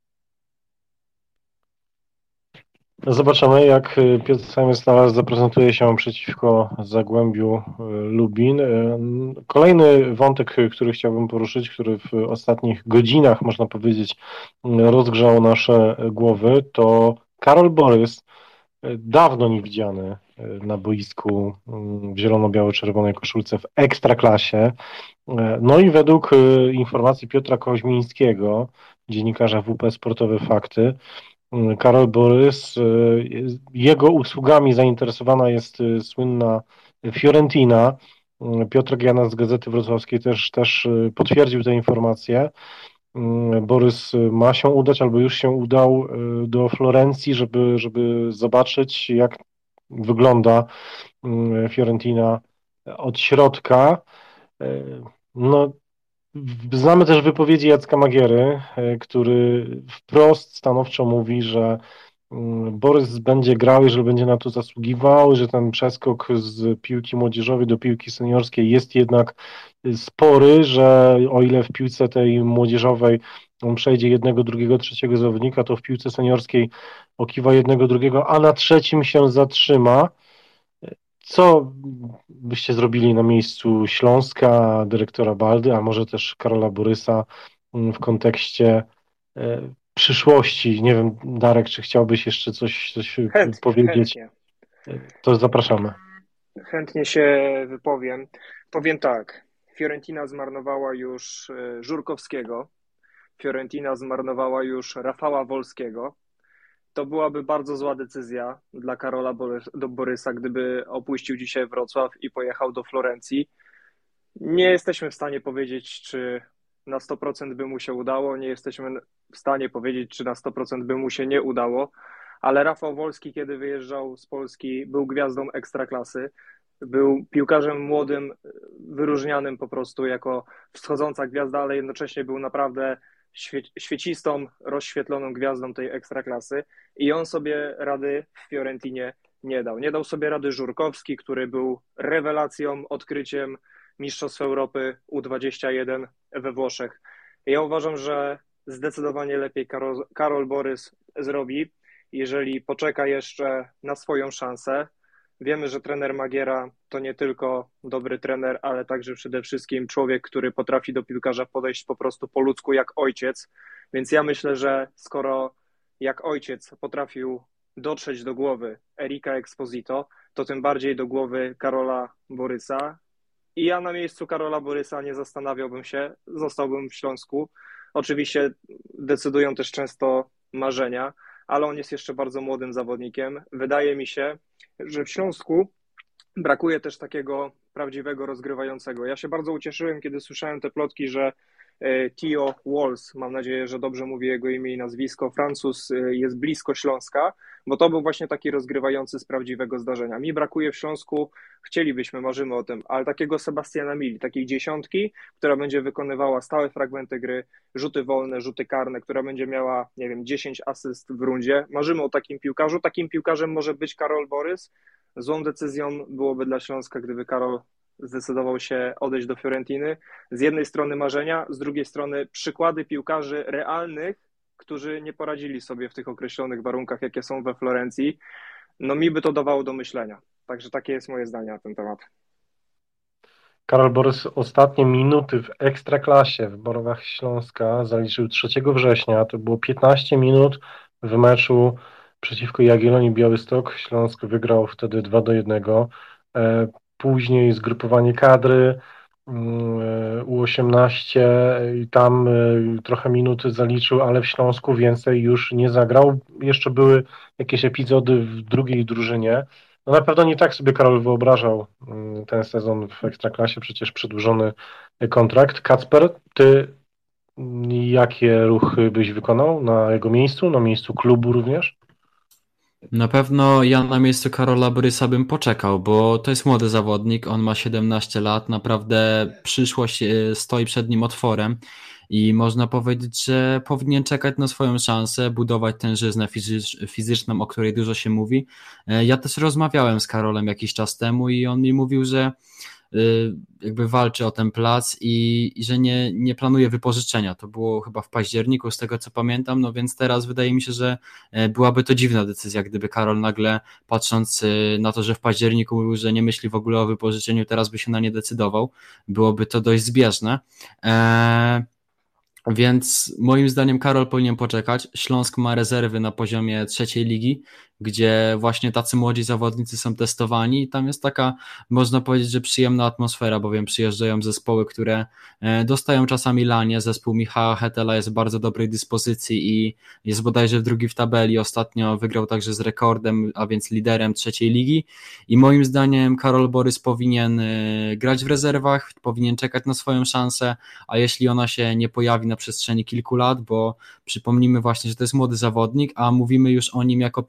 Zobaczymy, jak Piotr Samiec-Talar zaprezentuje się przeciwko Zagłębiu Lubin. Kolejny wątek, który chciałbym poruszyć, który w ostatnich godzinach, można powiedzieć, rozgrzał nasze głowy, to Karol Borys, dawno niewidziany na boisku w zielono-biało-czerwonej koszulce w Ekstraklasie. No i według informacji Piotra Koźmińskiego, dziennikarza WP Sportowe Fakty, Karol Borys, jego usługami zainteresowana jest słynna Fiorentina. Piotrek Jana z Gazety Wrocławskiej też potwierdził tę informację. Borys ma się udać albo już się udał do Florencji, żeby zobaczyć, wygląda Fiorentina od środka. No, znamy też wypowiedzi Jacka Magiery, który wprost stanowczo mówi, że Borys będzie grał, jeżeli będzie na to zasługiwał, że ten przeskok z piłki młodzieżowej do piłki seniorskiej jest jednak spory, że o ile w piłce tej młodzieżowej on przejdzie jednego, drugiego, trzeciego zawodnika, to w piłce seniorskiej okiwa jednego, drugiego, a na trzecim się zatrzyma. Co byście zrobili na miejscu Śląska, dyrektora Baldy, a może też Karola Borysa w kontekście przyszłości? Nie wiem, Darek, czy chciałbyś jeszcze coś powiedzieć? Chętnie. To zapraszamy. Chętnie się wypowiem. Powiem tak, Fiorentina zmarnowała już Żurkowskiego, Fiorentina zmarnowała już Rafała Wolskiego. To byłaby bardzo zła decyzja dla Karola Borysa, gdyby opuścił dzisiaj Wrocław i pojechał do Florencji. Nie jesteśmy w stanie powiedzieć, czy na 100% by mu się udało, nie jesteśmy w stanie powiedzieć, czy na 100% by mu się nie udało, ale Rafał Wolski, kiedy wyjeżdżał z Polski, był gwiazdą ekstraklasy, był piłkarzem młodym, wyróżnianym po prostu jako wschodząca gwiazda, ale jednocześnie był naprawdę świecistą, rozświetloną gwiazdą tej ekstraklasy i on sobie rady w Fiorentinie nie dał. Nie dał sobie rady Żurkowski, który był rewelacją, odkryciem Mistrzostw Europy U21 we Włoszech. Ja uważam, że zdecydowanie lepiej Karol Borys zrobi, jeżeli poczeka jeszcze na swoją szansę. Wiemy, że trener Magiera to nie tylko dobry trener, ale także przede wszystkim człowiek, który potrafi do piłkarza podejść po prostu po ludzku jak ojciec. Więc ja myślę, że skoro jak ojciec potrafił dotrzeć do głowy Erika Exposito, to tym bardziej do głowy Karola Borysa. I ja na miejscu Karola Borysa nie zastanawiałbym się, zostałbym w Śląsku. Oczywiście decydują też często marzenia, ale on jest jeszcze bardzo młodym zawodnikiem. Wydaje mi się, że w Śląsku brakuje też takiego prawdziwego rozgrywającego. Ja się bardzo ucieszyłem, kiedy słyszałem te plotki, że Theo Walls, mam nadzieję, że dobrze mówię jego imię i nazwisko, Francuz, jest blisko Śląska, bo to był właśnie taki rozgrywający z prawdziwego zdarzenia. Mi brakuje w Śląsku, chcielibyśmy, marzymy o tym, ale takiego Sebastiana Mili, takiej dziesiątki, która będzie wykonywała stałe fragmenty gry, rzuty wolne, rzuty karne, która będzie miała, nie wiem, 10 asyst w rundzie. Marzymy o takim piłkarzu. Takim piłkarzem może być Karol Borys. Złą decyzją byłoby dla Śląska, gdyby Karol zdecydował się odejść do Fiorentiny. Z jednej strony marzenia, z drugiej strony przykłady piłkarzy realnych, którzy nie poradzili sobie w tych określonych warunkach, jakie są we Florencji. No mi by to dawało do myślenia. Także takie jest moje zdanie na ten temat. Karol Borys ostatnie minuty w Ekstraklasie w Borowach Śląska zaliczył 3 września. To było 15 minut w meczu przeciwko Jagiellonii Białystok. Śląsk wygrał wtedy 2-1. Później zgrupowanie kadry U18 i tam trochę minuty zaliczył, ale w Śląsku więcej już nie zagrał. Jeszcze były jakieś epizody w drugiej drużynie. No na pewno nie tak sobie Karol wyobrażał ten sezon w Ekstraklasie, przecież przedłużony kontrakt. Kacper, ty jakie ruchy byś wykonał na jego miejscu, na miejscu klubu również? Na pewno ja na miejscu Karola Borysa bym poczekał, bo to jest młody zawodnik, on ma 17 lat, naprawdę przyszłość stoi przed nim otworem i można powiedzieć, że powinien czekać na swoją szansę, budować tężyznę fizyczną, o której dużo się mówi. Ja też rozmawiałem z Karolem jakiś czas temu i on mi mówił, że jakby walczy o ten plac i że nie planuje wypożyczenia. To było chyba w październiku, z tego co pamiętam, no więc teraz wydaje mi się, że byłaby to dziwna decyzja, gdyby Karol nagle, patrząc na to, że w październiku mówił, że nie myśli w ogóle o wypożyczeniu, teraz by się na nie decydował. Byłoby to dość zbieżne. Więc moim zdaniem Karol powinien poczekać. Śląsk ma rezerwy na poziomie 3. ligi, gdzie właśnie tacy młodzi zawodnicy są testowani i tam jest taka, można powiedzieć, że przyjemna atmosfera, bowiem przyjeżdżają zespoły, które dostają czasami lanie. Zespół Michała Hetela jest w bardzo dobrej dyspozycji i jest bodajże drugi w tabeli. Ostatnio wygrał także z Rekordem, a więc liderem 3. ligi i moim zdaniem Karol Borys powinien grać w rezerwach, powinien czekać na swoją szansę, a jeśli ona się nie pojawi na przestrzeni kilku lat, bo przypomnijmy właśnie, że to jest młody zawodnik, a mówimy już o nim jako piłkarzu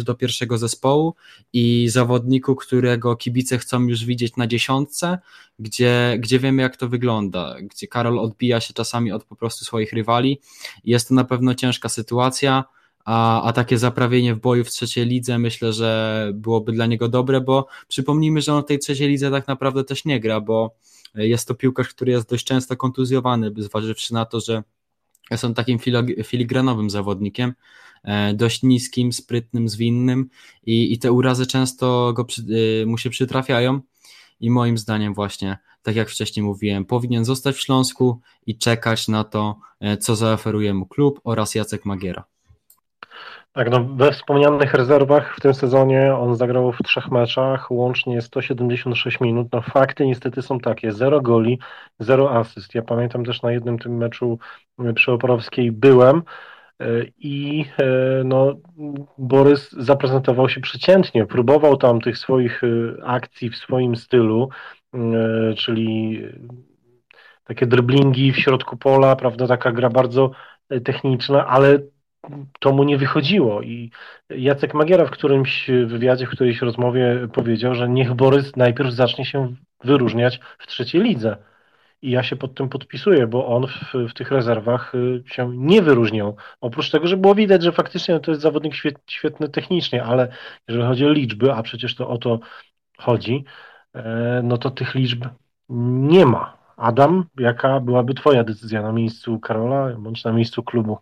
do pierwszego zespołu i zawodniku, którego kibice chcą już widzieć na dziesiątce, gdzie wiemy, jak to wygląda, gdzie Karol odbija się czasami od po prostu swoich rywali. Jest to na pewno ciężka sytuacja, a takie zaprawienie w boju w trzeciej lidze myślę, że byłoby dla niego dobre, bo przypomnijmy, że on w tej trzeciej lidze tak naprawdę też nie gra, bo jest to piłkarz, który jest dość często kontuzjowany, zważywszy na to, że jest on takim filigranowym zawodnikiem, dość niskim, sprytnym, zwinnym i te urazy często mu się przytrafiają i moim zdaniem właśnie, tak jak wcześniej mówiłem, powinien zostać w Śląsku i czekać na to, co zaoferuje mu klub oraz Jacek Magiera. Tak, no we wspomnianych rezerwach w tym sezonie on zagrał w 3 meczach, łącznie 176 minut. No fakty niestety są takie, 0 goli, 0 asyst. Ja pamiętam też na jednym tym meczu przy Oporowskiej byłem i no, Borys zaprezentował się przeciętnie, próbował tam tych swoich akcji w swoim stylu, czyli takie driblingi w środku pola, prawda, taka gra bardzo techniczna, ale to mu nie wychodziło i Jacek Magiera w którymś wywiadzie, w którejś rozmowie powiedział, że niech Borys najpierw zacznie się wyróżniać w trzeciej lidze. I ja się pod tym podpisuję, bo on w tych rezerwach się nie wyróżniał. Oprócz tego, że było widać, że faktycznie to jest zawodnik świetny technicznie, ale jeżeli chodzi o liczby, a przecież to o to chodzi, no to tych liczb nie ma. Adam, jaka byłaby twoja decyzja na miejscu Karola bądź na miejscu klubu?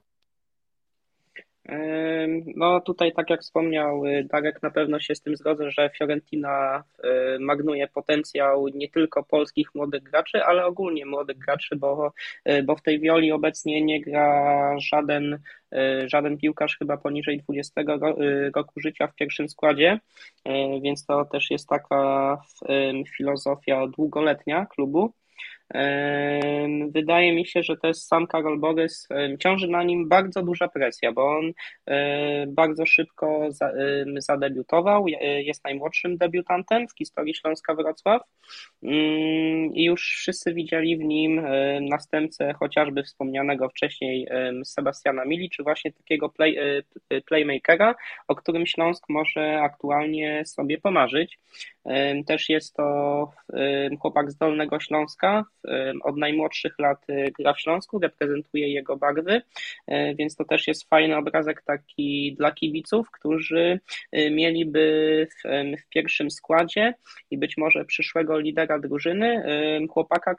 No tutaj, tak jak wspomniał Darek, na pewno się z tym zgodzę, że Fiorentina magnuje potencjał nie tylko polskich młodych graczy, ale ogólnie młodych graczy, bo w tej Violi obecnie nie gra żaden piłkarz chyba poniżej 20 roku życia w pierwszym składzie, więc to też jest taka filozofia długoletnia klubu. Wydaje mi się, że też sam Karol Borys, ciąży na nim bardzo duża presja, bo on bardzo szybko zadebiutował, jest najmłodszym debiutantem w historii Śląska Wrocław i już wszyscy widzieli w nim następcę chociażby wspomnianego wcześniej Sebastiana Mili, czy właśnie takiego playmakera, o którym Śląsk może aktualnie sobie pomarzyć. Też jest to chłopak z Dolnego Śląska, od najmłodszych lat gra w Śląsku, reprezentuje jego barwy, więc to też jest fajny obrazek taki dla kibiców, którzy mieliby w pierwszym składzie i być może przyszłego lidera drużyny, chłopaka,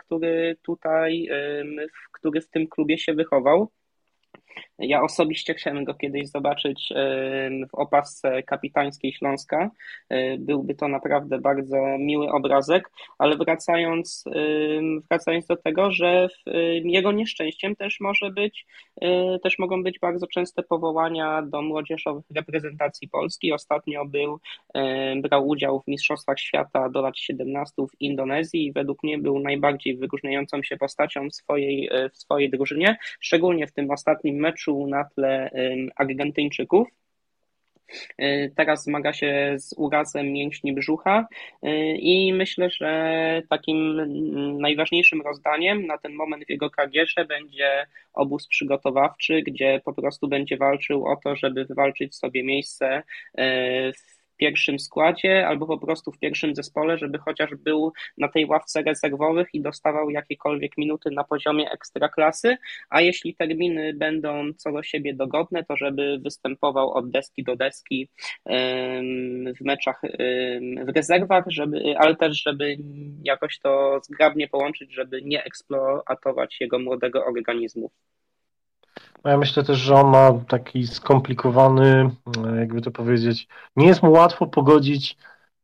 który w tym klubie się wychował. Ja osobiście chciałem go kiedyś zobaczyć w opasce kapitańskiej Śląska. Byłby to naprawdę bardzo miły obrazek, ale wracając do tego, że jego nieszczęściem też mogą być bardzo częste powołania do młodzieżowych reprezentacji Polski. Ostatnio brał udział w Mistrzostwach Świata do lat 17 w Indonezji i według mnie był najbardziej wyróżniającą się postacią w swojej drużynie, szczególnie w tym ostatnim meczu na tle Argentyńczyków. Teraz zmaga się z urazem mięśni brzucha i myślę, że takim najważniejszym rozdaniem na ten moment w jego karierze będzie obóz przygotowawczy, gdzie po prostu będzie walczył o to, żeby wywalczyć sobie miejsce w pierwszym składzie albo po prostu w pierwszym zespole, żeby chociaż był na tej ławce rezerwowych i dostawał jakiekolwiek minuty na poziomie ekstraklasy, a jeśli terminy będą co do siebie dogodne, to żeby występował od deski do deski w meczach w rezerwach, ale też żeby jakoś to zgrabnie połączyć, żeby nie eksploatować jego młodego organizmu. No ja myślę też, że on ma taki skomplikowany, jakby to powiedzieć, nie jest mu łatwo pogodzić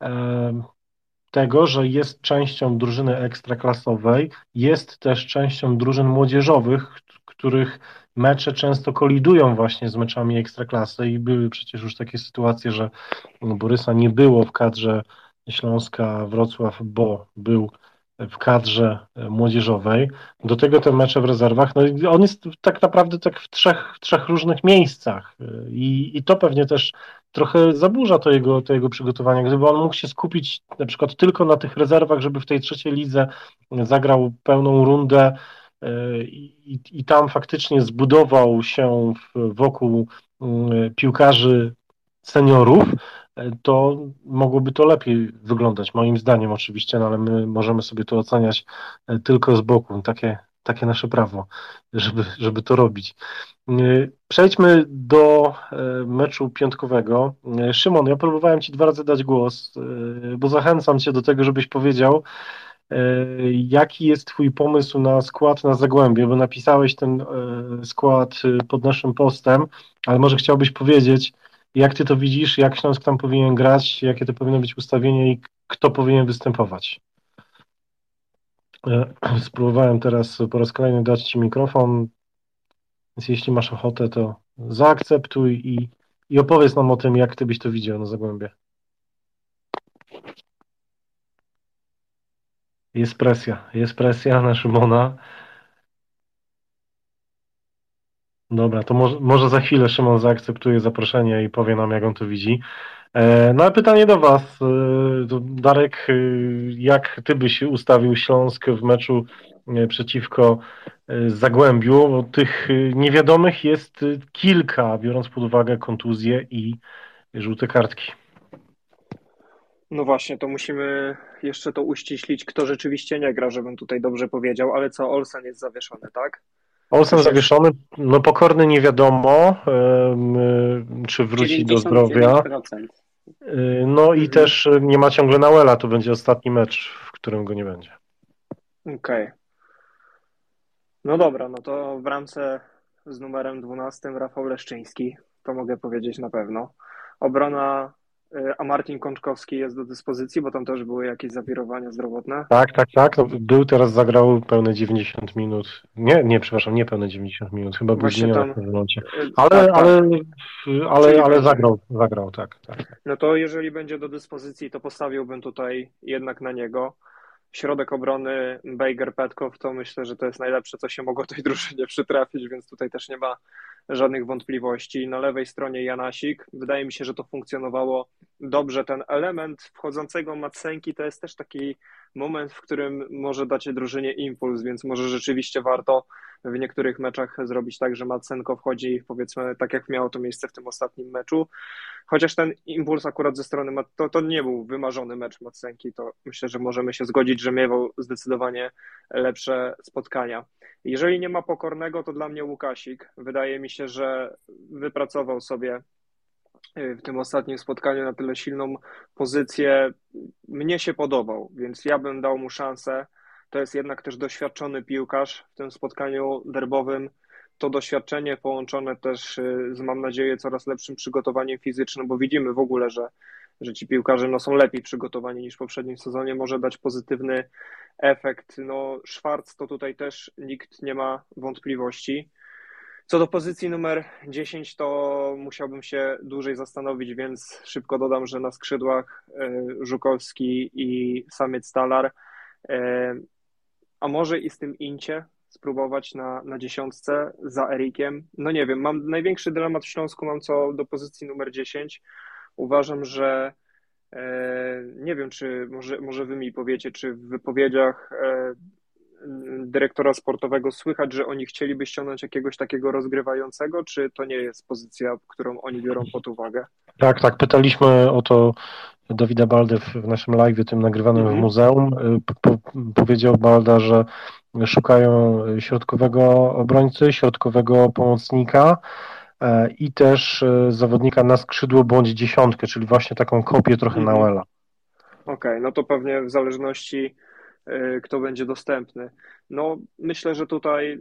tego, że jest częścią drużyny ekstraklasowej, jest też częścią drużyn młodzieżowych, których mecze często kolidują właśnie z meczami ekstraklasy i były przecież już takie sytuacje, że Borysa nie było w kadrze Śląska Wrocław, bo był w kadrze młodzieżowej. Do tego te mecze w rezerwach, no i on jest tak naprawdę tak w trzech różnych miejscach i to pewnie też trochę zaburza to jego przygotowanie. Gdyby on mógł się skupić na przykład tylko na tych rezerwach, żeby w tej trzeciej lidze zagrał pełną rundę i tam faktycznie zbudował się wokół piłkarzy seniorów, to mogłoby to lepiej wyglądać, moim zdaniem oczywiście, no ale my możemy sobie to oceniać tylko z boku, takie nasze prawo, żeby to robić. Przejdźmy do meczu piątkowego. Szymon, ja próbowałem Ci 2 razy dać głos, bo zachęcam Cię do tego, żebyś powiedział, jaki jest Twój pomysł na skład na Zagłębie, bo napisałeś ten skład pod naszym postem, ale może chciałbyś powiedzieć, jak Ty to widzisz, jak Śląsk tam powinien grać, jakie to powinno być ustawienie i kto powinien występować. Spróbowałem teraz po raz kolejny dać Ci mikrofon, więc jeśli masz ochotę, to zaakceptuj i opowiedz nam o tym, jak Ty byś to widział na Zagłębie. Jest presja na Szymona. Dobra, to może za chwilę Szymon zaakceptuje zaproszenie i powie nam, jak on to widzi. No ale pytanie do Was, Darek, jak Ty byś ustawił Śląsk w meczu przeciwko Zagłębiu? Bo tych niewiadomych jest kilka, biorąc pod uwagę kontuzje i żółte kartki. No właśnie, to musimy jeszcze to uściślić, kto rzeczywiście nie gra, żebym tutaj dobrze powiedział, ale co, Olsen jest zawieszony, tak? Olsen zawieszony, no Pokorny nie wiadomo, czy wróci do zdrowia. 99%. No i też nie ma ciągle Nauela, to będzie ostatni mecz, w którym go nie będzie. Okej. No dobra, no to w bramce z numerem 12 Rafał Leszczyński, to mogę powiedzieć na pewno. Obrona, a Marcin Kączkowski jest do dyspozycji, bo tam też były jakieś zawirowania zdrowotne. Tak. No, był, teraz zagrał pełne 90 minut. Przepraszam, nie pełne 90 minut, chyba był Właśnie zmieniony tam, w pewnym momencie. tak. Ale zagrał, tak. No to jeżeli będzie do dyspozycji, to postawiłbym tutaj jednak na niego. Środek obrony Bejger-Petkow, to myślę, że to jest najlepsze, co się mogło tej drużynie przytrafić, więc tutaj też nie ma żadnych wątpliwości. Na lewej stronie Janasik. Wydaje mi się, że to funkcjonowało dobrze. Ten element wchodzącego Macenki to jest też taki moment, w którym może dać drużynie impuls, więc może rzeczywiście warto w niektórych meczach zrobić tak, że Macenko wchodzi, powiedzmy, tak jak miało to miejsce w tym ostatnim meczu. Chociaż ten impuls akurat ze strony, to nie był wymarzony mecz Macenki, to myślę, że możemy się zgodzić, że miewał zdecydowanie lepsze spotkania. Jeżeli nie ma Pokornego, to dla mnie Łukasik. Wydaje mi się, że wypracował sobie w tym ostatnim spotkaniu na tyle silną pozycję. Mnie się podobał, więc ja bym dał mu szansę. To jest jednak też doświadczony piłkarz w tym spotkaniu derbowym. To doświadczenie połączone też z, mam nadzieję, coraz lepszym przygotowaniem fizycznym, bo widzimy w ogóle, że ci piłkarze no, są lepiej przygotowani niż w poprzednim sezonie, może dać pozytywny efekt. No, Schwarz to tutaj też nikt nie ma wątpliwości. Co do pozycji numer 10, to musiałbym się dłużej zastanowić, więc szybko dodam, że na skrzydłach Żukowski i Samiec Talar, a może i z tym Incie spróbować na 10 za Erikiem. No nie wiem, mam największy dylemat w Śląsku, mam co do pozycji numer 10. Uważam, że nie wiem, czy może wy mi powiecie, czy w wypowiedziach dyrektora sportowego słychać, że oni chcieliby ściągnąć jakiegoś takiego rozgrywającego, czy to nie jest pozycja, którą oni biorą pod uwagę? Tak, pytaliśmy o to Dawida Baldę w naszym live, tym nagrywanym w muzeum. Powiedział Balda, że szukają środkowego obrońcy, środkowego pomocnika i też zawodnika na skrzydło bądź dziesiątkę, czyli właśnie taką kopię trochę Nauela. Okej, no to pewnie w zależności kto będzie dostępny. No myślę, że tutaj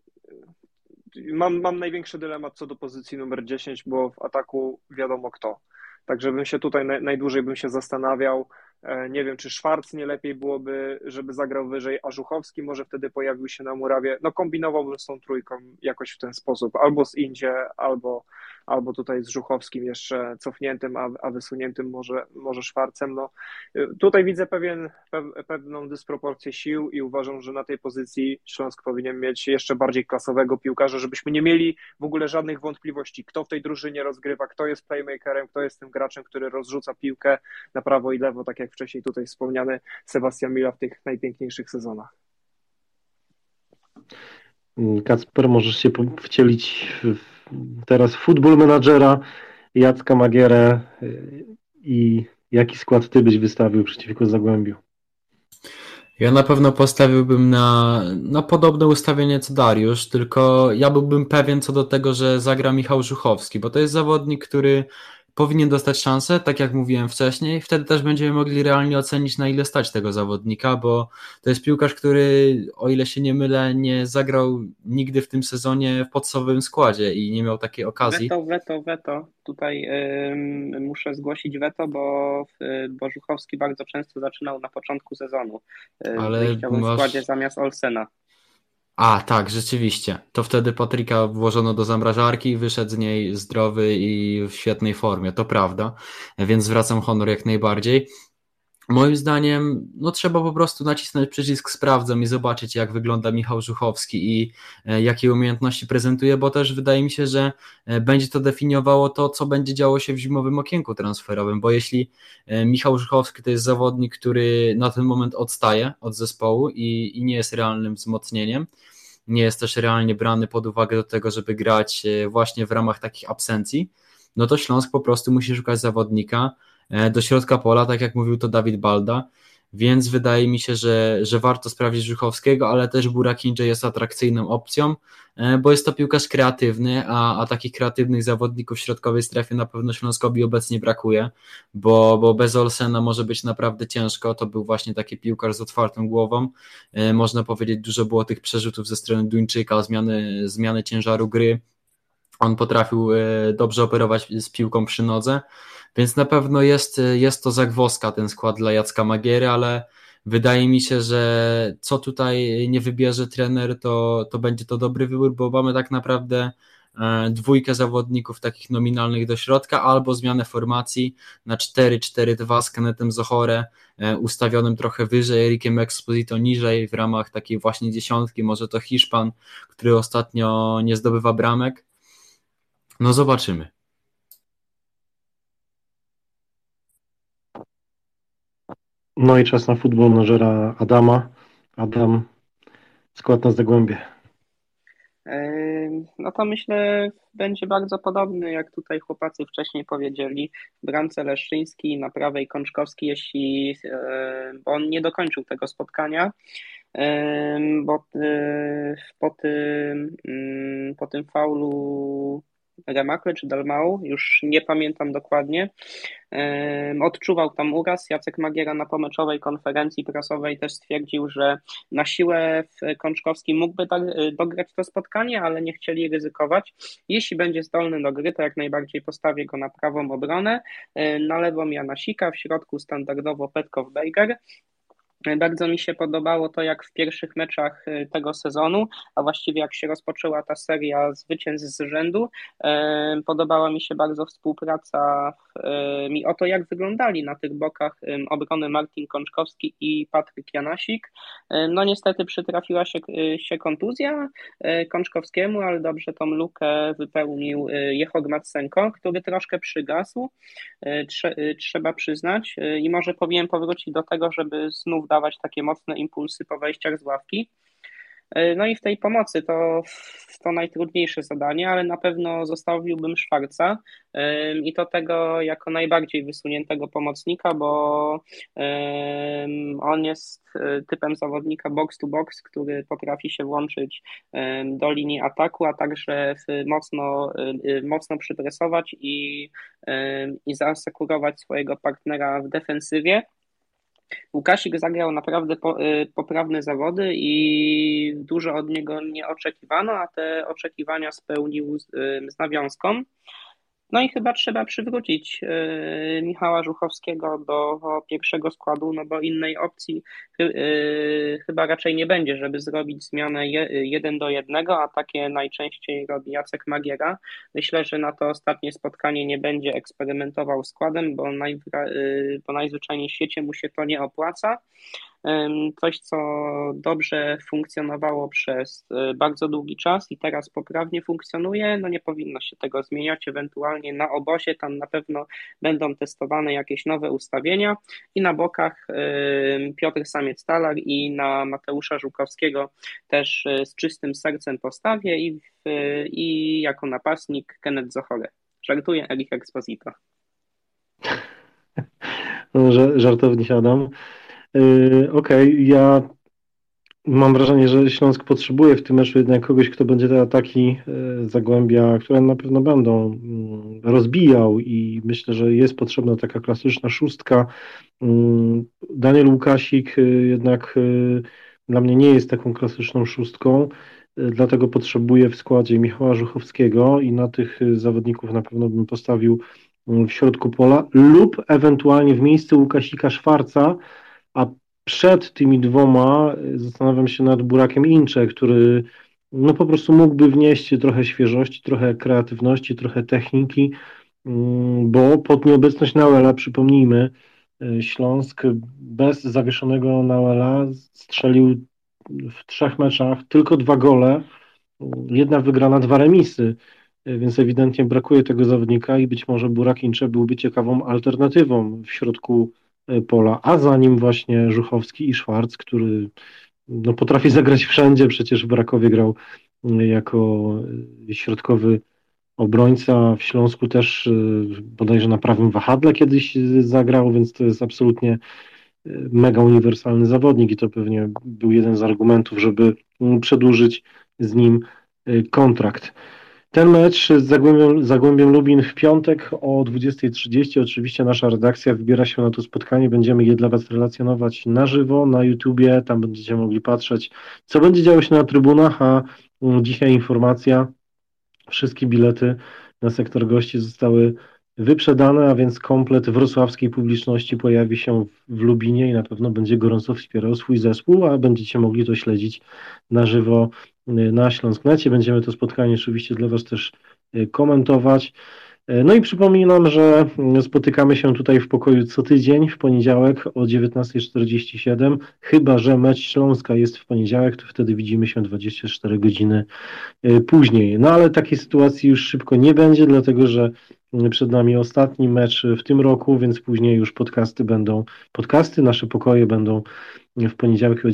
mam największy dylemat co do pozycji numer 10, bo w ataku wiadomo kto. Także bym się tutaj najdłużej bym się zastanawiał. Nie wiem, czy Schwarz nie lepiej byłoby, żeby zagrał wyżej, a Żuchowski może wtedy pojawił się na murawie. No kombinowałbym z tą trójką jakoś w ten sposób. Albo z Indzie, albo tutaj z Żuchowskim jeszcze cofniętym, a wysuniętym może Schwarzem. No, tutaj widzę pewną dysproporcję sił i uważam, że na tej pozycji Śląsk powinien mieć jeszcze bardziej klasowego piłkarza, żebyśmy nie mieli w ogóle żadnych wątpliwości, kto w tej drużynie rozgrywa, kto jest playmakerem, kto jest tym graczem, który rozrzuca piłkę na prawo i lewo, tak jak wcześniej tutaj wspomniany Sebastian Mila w tych najpiękniejszych sezonach. Kacper, możesz się wcielić teraz w Football Managera Jacka Magierę i jaki skład ty byś wystawił przeciwko Zagłębiu? Ja na pewno postawiłbym na podobne ustawienie co Dariusz, tylko ja byłbym pewien co do tego, że zagra Michał Żuchowski, bo to jest zawodnik, który powinien dostać szansę, tak jak mówiłem wcześniej. Wtedy też będziemy mogli realnie ocenić, na ile stać tego zawodnika, bo to jest piłkarz, który, o ile się nie mylę, nie zagrał nigdy w tym sezonie w podstawowym składzie i nie miał takiej okazji. Weto. Tutaj muszę zgłosić weto, bo Żuchowski bardzo często zaczynał na początku sezonu w Ale wyjściowym składzie zamiast Olsena. Tak, rzeczywiście. To wtedy Patryka włożono do zamrażarki i wyszedł z niej zdrowy i w świetnej formie, to prawda, więc zwracam honor jak najbardziej. Moim zdaniem, trzeba po prostu nacisnąć przycisk sprawdzam i zobaczyć, jak wygląda Michał Żuchowski i jakie umiejętności prezentuje, bo też wydaje mi się, że będzie to definiowało to, co będzie działo się w zimowym okienku transferowym, bo jeśli Michał Żuchowski to jest zawodnik, który na ten moment odstaje od zespołu i nie jest realnym wzmocnieniem, nie jest też realnie brany pod uwagę do tego, żeby grać właśnie w ramach takich absencji, no to Śląsk po prostu musi szukać zawodnika do środka pola, tak jak mówił to Dawid Balda, więc wydaje mi się, że warto sprawdzić Żuchowskiego, ale też Burak Indżej jest atrakcyjną opcją, bo jest to piłkarz kreatywny, a takich kreatywnych zawodników w środkowej strefie na pewno Śląskowi obecnie brakuje, bo bez Olsena może być naprawdę ciężko, to był właśnie taki piłkarz z otwartą głową, można powiedzieć, dużo było tych przerzutów ze strony Duńczyka, zmiany ciężaru gry, on potrafił dobrze operować z piłką przy nodze, więc na pewno jest to zagwozdka ten skład dla Jacka Magiery, ale wydaje mi się, że co tutaj nie wybierze trener, to będzie to dobry wybór, bo mamy tak naprawdę dwójkę zawodników takich nominalnych do środka, albo zmianę formacji na 4-4-2 z Kennethem Zohore ustawionym trochę wyżej, Erikiem Exposito niżej w ramach takiej właśnie dziesiątki, może to Hiszpan, który ostatnio nie zdobywa bramek. No zobaczymy. No i czas na futbol menadżera Adama. Adam, skład na Zagłębie. No to myślę, będzie bardzo podobny, jak tutaj chłopacy wcześniej powiedzieli. W bramce Leszczyński, na prawej Kączkowski, bo on nie dokończył tego spotkania, bo po tym faulu Remakle czy Dalmau, już nie pamiętam dokładnie, odczuwał tam uraz. Jacek Magiera na pomeczowej konferencji prasowej też stwierdził, że na siłę Kączkowski mógłby dograć to spotkanie, ale nie chcieli ryzykować. Jeśli będzie zdolny do gry, to jak najbardziej postawię go na prawą obronę, na lewą Janasika, w środku standardowo Petkow-Bejger. Bardzo mi się podobało to, jak w pierwszich meczach tego sezonu, a właściwie jak się rozpoczęła ta seria zwycięstw z rzędu, podobała mi się bardzo współpraca i o to, jak wyglądali na tych bokach obrony Martin Kączkowski i Patryk Janasik. No niestety przytrafiła się kontuzja Kączkowskiemu, ale dobrze tą lukę wypełnił Jehor Matsenko, który troszkę przygasł, trzeba przyznać, i może powinien powrócić do tego, żeby znów dawać takie mocne impulsy po wejściach z ławki. No i w tej pomocy to najtrudniejsze zadanie, ale na pewno zostawiłbym Szwarca i to tego jako najbardziej wysuniętego pomocnika, bo on jest typem zawodnika box to box, który potrafi się włączyć do linii ataku, a także mocno przypresować i zaasekurować swojego partnera w defensywie. Łukasik zagrał naprawdę poprawne zawody i dużo od niego nie oczekiwano, a te oczekiwania spełnił z nawiązką. No i chyba trzeba przywrócić Michała Żuchowskiego do pierwszego składu, no bo innej opcji chyba raczej nie będzie, żeby zrobić zmianę 1-1, a takie najczęściej robi Jacek Magiera. Myślę, że na to ostatnie spotkanie nie będzie eksperymentował składem, bo najzwyczajniej w świecie mu się to nie opłaca. Coś, co dobrze funkcjonowało przez bardzo długi czas i teraz poprawnie funkcjonuje, no nie powinno się tego zmieniać, ewentualnie na obozie, tam na pewno będą testowane jakieś nowe ustawienia i na bokach Piotr Samiec-Talar i na Mateusza Żukowskiego też z czystym sercem postawię i jako napastnik Kenneth Zohore. Żartuję, Erich Exposito. No, żartownie Adam. Okej, ja mam wrażenie, że Śląsk potrzebuje w tym meczu jednak kogoś, kto będzie te ataki Zagłębia, które na pewno będą rozbijał i myślę, że jest potrzebna taka klasyczna szóstka. Daniel Łukasik jednak dla mnie nie jest taką klasyczną szóstką, dlatego potrzebuję w składzie Michała Żuchowskiego i na tych zawodników na pewno bym postawił w środku pola lub ewentualnie w miejsce Łukasika Szwarca, a przed tymi dwoma zastanawiam się nad Burakiem Incze, który no po prostu mógłby wnieść trochę świeżości, trochę kreatywności, trochę techniki, bo pod nieobecność Nauela, przypomnijmy, Śląsk bez zawieszonego Nauela strzelił w 3 meczach tylko 2 gole, 1 wygrana, 2 remisy, więc ewidentnie brakuje tego zawodnika i być może Burak Incze byłby ciekawą alternatywą w środku pola, a za nim właśnie Żuchowski i Szwarc, który no, potrafi zagrać wszędzie, przecież w Rakowie grał jako środkowy obrońca, w Śląsku też bodajże na prawym wahadle kiedyś zagrał, więc to jest absolutnie mega uniwersalny zawodnik i to pewnie był jeden z argumentów, żeby przedłużyć z nim kontrakt. Ten mecz z Zagłębiem Lubin w piątek o 20:30. Oczywiście nasza redakcja wybiera się na to spotkanie. Będziemy je dla Was relacjonować na żywo, na YouTubie. Tam będziecie mogli patrzeć, co będzie działo się na trybunach, a dzisiaj informacja, wszystkie bilety na sektor gości zostały wyprzedane, a więc komplet wrocławskiej publiczności pojawi się w Lubinie i na pewno będzie gorąco wspierał swój zespół, a będziecie mogli to śledzić na żywo na Śląsknecie. Będziemy to spotkanie oczywiście dla Was też komentować. No i przypominam, że spotykamy się tutaj w pokoju co tydzień w poniedziałek o 19:47. Chyba że mecz Śląska jest w poniedziałek, to wtedy widzimy się 24 godziny później. No ale takiej sytuacji już szybko nie będzie, dlatego że przed nami ostatni mecz w tym roku, więc później już podcasty, nasze pokoje będą w poniedziałek o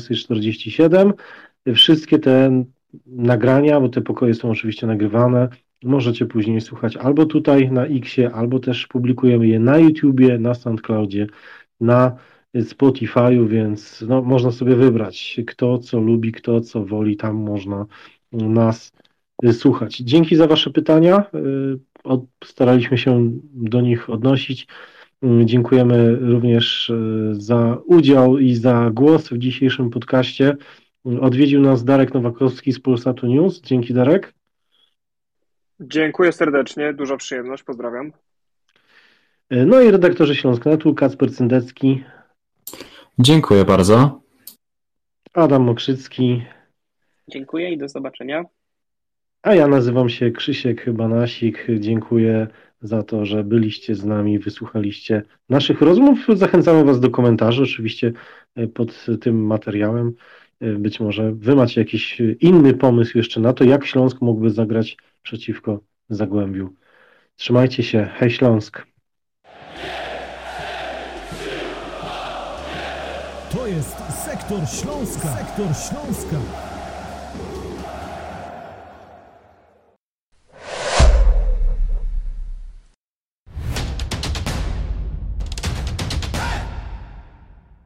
19:47. Wszystkie te nagrania, bo te pokoje są oczywiście nagrywane, możecie później słuchać albo tutaj na Xie, albo też publikujemy je na YouTubie, na SoundCloudzie, na Spotify'u, więc no, można sobie wybrać, kto co lubi, kto co woli, tam można nas słuchać. Dzięki za Wasze pytania. Staraliśmy się do nich odnosić. Dziękujemy również za udział i za głos w dzisiejszym podcaście. Odwiedził nas Darek Nowakowski z Polsatu News. Dzięki, Darek. Dziękuję serdecznie, duża przyjemność, pozdrawiam. No i redaktorzy Śląsknetu, Kacper Cyndecki. Dziękuję bardzo. Adam Mokrzycki. Dziękuję i do zobaczenia. A ja nazywam się Krzysiek Banasik. Dziękuję za to, że byliście z nami, wysłuchaliście naszych rozmów. Zachęcamy Was do komentarzy, oczywiście pod tym materiałem. Być może Wy macie jakiś inny pomysł jeszcze na to, jak Śląsk mógłby zagrać przeciwko Zagłębiu. Trzymajcie się. Hej Śląsk! To jest Sektor Śląska. Sektor Śląska.